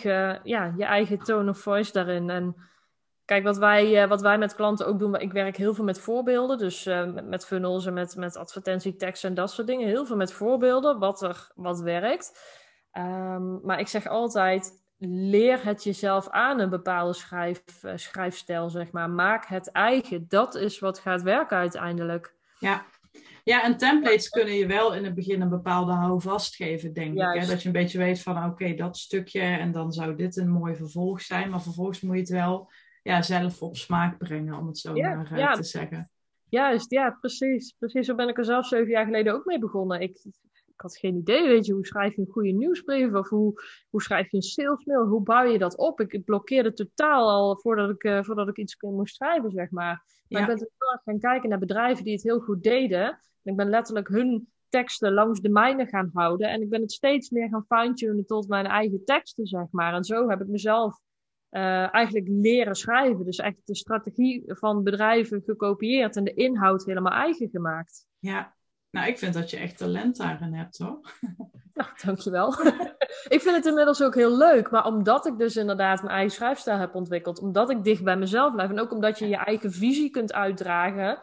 je eigen tone of voice daarin. En kijk, wat wij met klanten ook doen, ik werk heel veel met voorbeelden. Dus met funnels en met advertentieteksten en dat soort dingen. Heel veel met voorbeelden, wat werkt. Maar ik zeg altijd, leer het jezelf aan, een bepaalde schrijfstijl, zeg maar. Maak het eigen. Dat is wat gaat werken uiteindelijk. ja. Ja, en templates kunnen je wel in het begin een bepaalde houvast geven, denk ik. Hè? Dat Juist. je een beetje weet van, oké, dat stukje en dan zou dit een mooi vervolg zijn. Maar vervolgens moet je het wel zelf op smaak brengen, om het zo Ja, maar te ja, zeggen. juist, ja, precies. Precies, zo ben ik er zelf 7 jaar geleden ook mee begonnen. Ik had geen idee, weet je, hoe schrijf je een goede nieuwsbrief of hoe schrijf je een salesmail? Hoe bouw je dat op? Ik blokkeerde totaal al voordat ik iets moest schrijven, zeg maar. Maar ik Ja, ben toen heel erg gaan kijken naar bedrijven die het heel goed deden. En ik ben letterlijk hun teksten langs de mijne gaan houden. En ik ben het steeds meer gaan fine-tunen tot mijn eigen teksten, zeg maar. En zo heb ik mezelf eigenlijk leren schrijven. Dus echt de strategie van bedrijven gekopieerd en de inhoud helemaal eigen gemaakt. ja. Nou, ik vind dat je echt talent daarin hebt, hoor. Nou, dankjewel. Ik vind het inmiddels ook heel leuk, maar omdat ik dus inderdaad mijn eigen schrijfstijl heb ontwikkeld, omdat ik dicht bij mezelf blijf en ook omdat je je eigen visie kunt uitdragen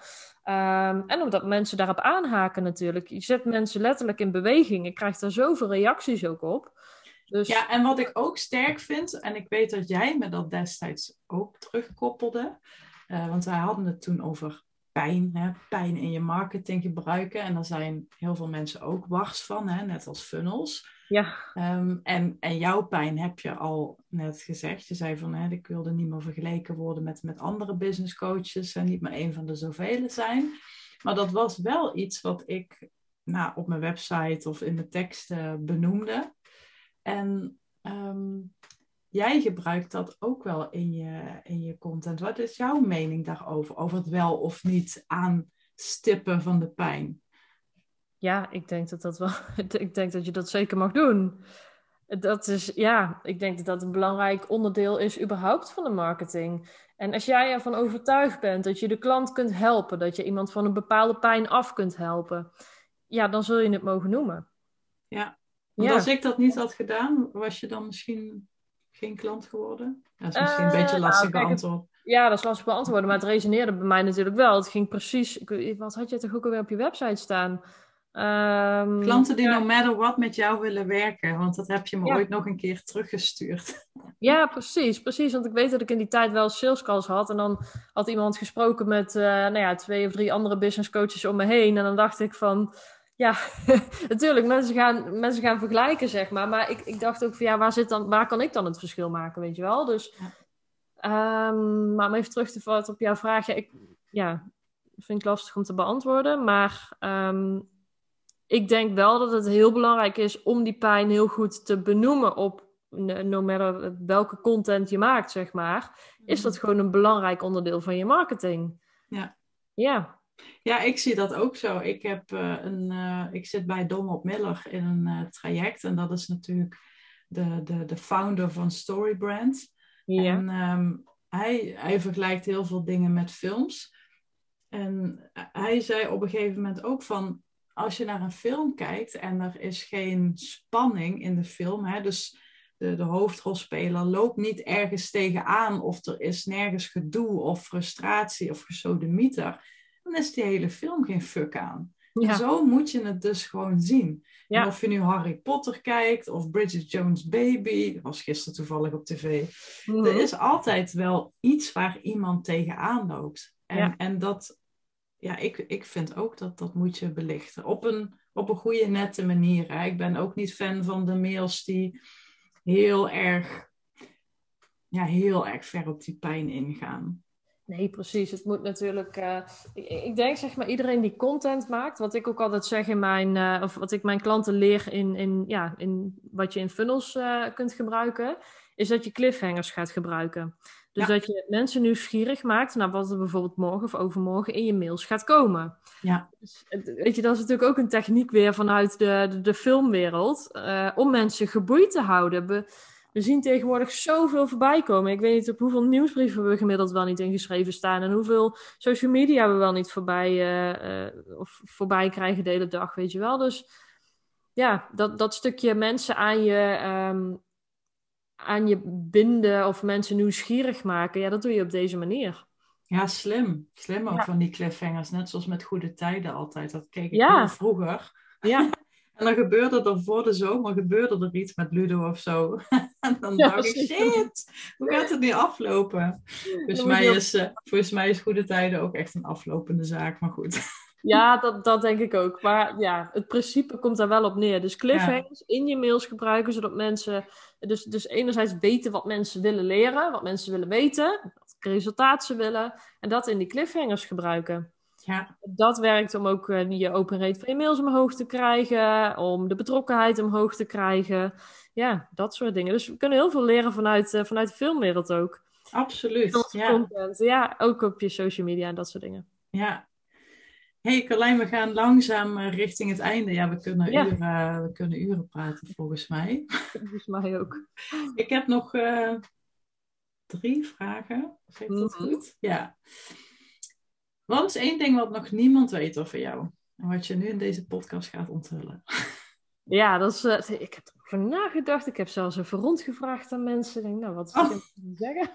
en omdat mensen daarop aanhaken natuurlijk. Je zet mensen letterlijk in beweging. Ik krijg daar zoveel reacties ook op. Dus Ja, en wat ik ook sterk vind, en ik weet dat jij me dat destijds ook terugkoppelde, want wij hadden het toen over pijn, hè, pijn in je marketing gebruiken. En daar zijn heel veel mensen ook wars van, hè, net als funnels. ja, En jouw pijn heb je al net gezegd. Je zei van, hè, ik wilde niet meer vergeleken worden met andere business coaches en niet meer een van de zoveel zijn. Maar dat was wel iets wat ik op mijn website of in de teksten benoemde. En jij gebruikt dat ook wel in je content. Wat is jouw mening daarover? Over het wel of niet aanstippen van de pijn? ja, ik denk dat dat wel. Ik denk dat je dat zeker mag doen. Dat is, ja, ik denk dat dat een belangrijk onderdeel is überhaupt van de marketing. En als jij ervan overtuigd bent dat je de klant kunt helpen, dat je iemand van een bepaalde pijn af kunt helpen, ja, dan zul je het mogen noemen. Ja, want Ja. als ik dat niet had gedaan, was je dan misschien geen klant geworden? Dat is misschien een beetje lastig Kijk, beantwoord. ja, dat is lastig beantwoorden, maar het resoneerde bij mij natuurlijk wel. Het ging precies. Wat had je toch ook alweer op je website staan? Klanten die Ja, no matter what met jou willen werken, want dat heb je me ja. ooit nog een keer teruggestuurd. Ja, precies, precies. Want ik weet dat ik in die tijd wel sales calls had. En dan had iemand gesproken met 2 of 3 andere business coaches om me heen. En dan dacht ik van, ja, natuurlijk, mensen gaan vergelijken, zeg maar. Maar ik dacht ook van, ja, waar kan ik dan het verschil maken, weet je wel? Dus, maar om even terug te vallen op jouw vraag. Vind ik lastig om te beantwoorden. Maar ik denk wel dat het heel belangrijk is om die pijn heel goed te benoemen op no matter welke content je maakt, zeg maar, is dat gewoon een belangrijk onderdeel van je marketing. Ja. Ja. Ja, ik zie dat ook zo. Ik zit bij Donald Miller in een traject en dat is natuurlijk de founder van Storybrand. Ja. En hij vergelijkt heel veel dingen met films. En hij zei op een gegeven moment ook van, als je naar een film kijkt en er is geen spanning in de film, hè, dus de hoofdrolspeler loopt niet ergens tegenaan of er is nergens gedoe of frustratie of gesodemieter, dan is die hele film geen fuck aan. Ja. En zo moet je het dus gewoon zien. Ja. En of je nu Harry Potter kijkt of Bridget Jones' Baby, dat was gisteren toevallig op tv. Mm-hmm. Er is altijd wel iets waar iemand tegenaan loopt. En dat, ja, ik vind ook dat moet je belichten. Op een goede, nette manier. Hè. Ik ben ook niet fan van de mails die heel erg ver op die pijn ingaan. Nee, precies. Het moet natuurlijk. Ik denk, zeg maar, iedereen die content maakt, wat ik ook altijd zeg in of wat ik mijn klanten leer in wat je in funnels kunt gebruiken, is dat je cliffhangers gaat gebruiken. Dus dat je mensen nieuwsgierig maakt naar wat er bijvoorbeeld morgen of overmorgen in je mails gaat komen. Ja. Dus, weet je, dat is natuurlijk ook een techniek weer vanuit de filmwereld, om mensen geboeid te houden. We zien tegenwoordig zoveel voorbij komen. Ik weet niet op hoeveel nieuwsbrieven we gemiddeld wel niet ingeschreven staan. En hoeveel social media we wel niet voorbij krijgen de hele dag, weet je wel. Dus ja, dat stukje mensen aan je binden of mensen nieuwsgierig maken, ja, dat doe je op deze manier. Ja, slim. Slim ook van die cliffhangers. Net zoals met Goede Tijden altijd. Dat keek ik Ja. heel vroeger. Ja. En dan gebeurde er voor de zomer er iets met Ludo of zo. En dan dacht ik, shit, hoe gaat het nu aflopen? Volgens mij is Goede Tijden ook echt een aflopende zaak, maar goed. Ja, dat denk ik ook. Maar ja, het principe komt daar wel op neer. Dus cliffhangers in je mails gebruiken, zodat mensen dus enerzijds weten wat mensen willen leren, wat mensen willen weten, wat resultaat ze willen, en dat in die cliffhangers gebruiken. Ja. Dat werkt om ook je open rate van je mails omhoog te krijgen, om de betrokkenheid omhoog te krijgen. Ja, dat soort dingen. Dus we kunnen heel veel leren vanuit de filmwereld ook. Absoluut. Ja. Content. Ja, ook op je social media en dat soort dingen. Ja. Hey Carlijn, we gaan langzaam richting het einde. Ja, we kunnen uren praten volgens mij. Volgens mij ook. Ik heb nog 3 vragen. Zeg ik dat goed? Ja. Wat is 1 ding wat nog niemand weet over jou? En wat je nu in deze podcast gaat onthullen? Ja, dat is, ik heb erover nagedacht. Ik heb zelfs even rondgevraagd aan mensen. Ik denk, nou, wat is het te zeggen?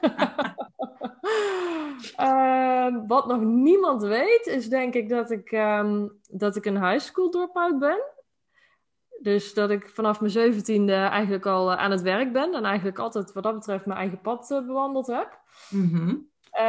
Wat nog niemand weet, is denk ik dat ik een high school dropout ben. Dus dat ik vanaf mijn 17e eigenlijk al aan het werk ben. En eigenlijk altijd wat dat betreft mijn eigen pad bewandeld heb. Mhm.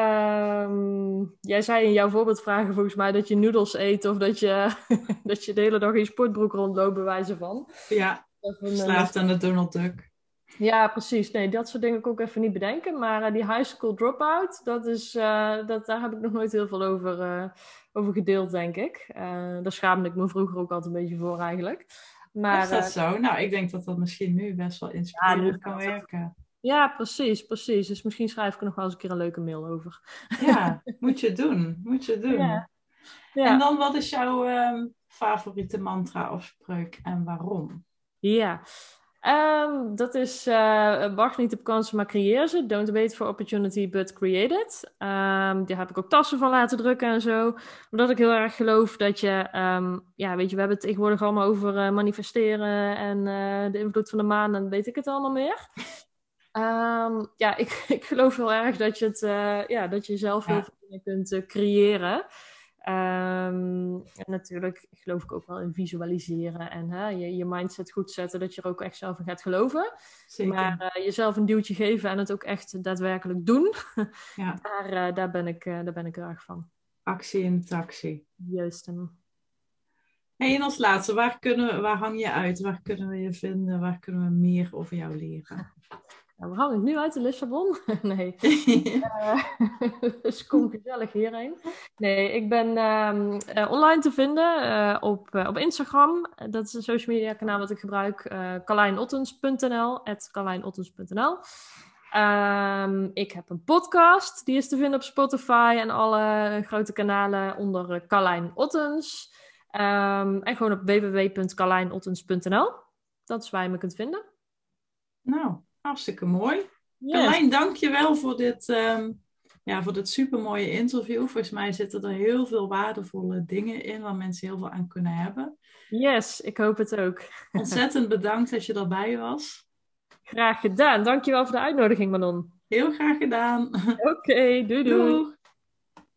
Jij zei in jouw voorbeeldvragen volgens mij dat je noedels eet. Of dat je, dat je de hele dag in je sportbroek rondloopt, bij wijze van. Ja, verslaafd aan de Donald Duck. Ja, precies. Nee, dat soort dingen kan ik ook even niet bedenken. Maar die high school dropout, daar heb ik nog nooit heel veel over gedeeld, denk ik. Daar schaamde ik me vroeger ook altijd een beetje voor eigenlijk. Maar, Is dat zo? Nou, ik denk dat dat misschien nu best wel inspirerend kan werken. Ja, precies. Dus misschien schrijf ik er nog wel eens een keer een leuke mail over. Ja, moet je doen. Moet je doen. Ja. En dan, wat is jouw favoriete mantra of spreuk en waarom? Ja, dat is wacht niet op kansen, maar creëer ze. Don't wait for opportunity, but create it. Daar heb ik ook tassen van laten drukken en zo. Omdat ik heel erg geloof dat je... ja, weet je, we hebben het tegenwoordig allemaal over manifesteren en de invloed van de maan en weet ik het allemaal meer. Ja, ik geloof heel erg dat je dat je zelf heel veel dingen kunt creëren. En natuurlijk geloof ik ook wel in visualiseren en je mindset goed zetten, dat je er ook echt zelf in gaat geloven. Zeker. Maar jezelf een duwtje geven en het ook echt daadwerkelijk doen, Ja. daar ben ik erg van. Actie in de taxi. Juist. Hey, en als laatste, waar hang je uit? Waar kunnen we je vinden? Waar kunnen we meer over jou leren? Nou, we hangen nu uit in Lissabon. Nee. Dus kom gezellig hierheen. Nee, ik ben online te vinden op Instagram. Dat is een social media kanaal wat ik gebruik. carlijnottens.nl @carlijnottens.nl. Ik heb een podcast. Die is te vinden op Spotify en alle grote kanalen onder Carlijn Ottens. En gewoon op www.carlijnottens.nl. Dat is waar je me kunt vinden. Nou, hartstikke mooi. Yes. Carlijn, dank je wel voor dit supermooie interview. Volgens mij zitten er heel veel waardevolle dingen in waar mensen heel veel aan kunnen hebben. Yes, ik hoop het ook. Ontzettend bedankt dat je erbij was. Graag gedaan. Dankjewel voor de uitnodiging, Manon. Heel graag gedaan. Oké, doei doei. Doeg.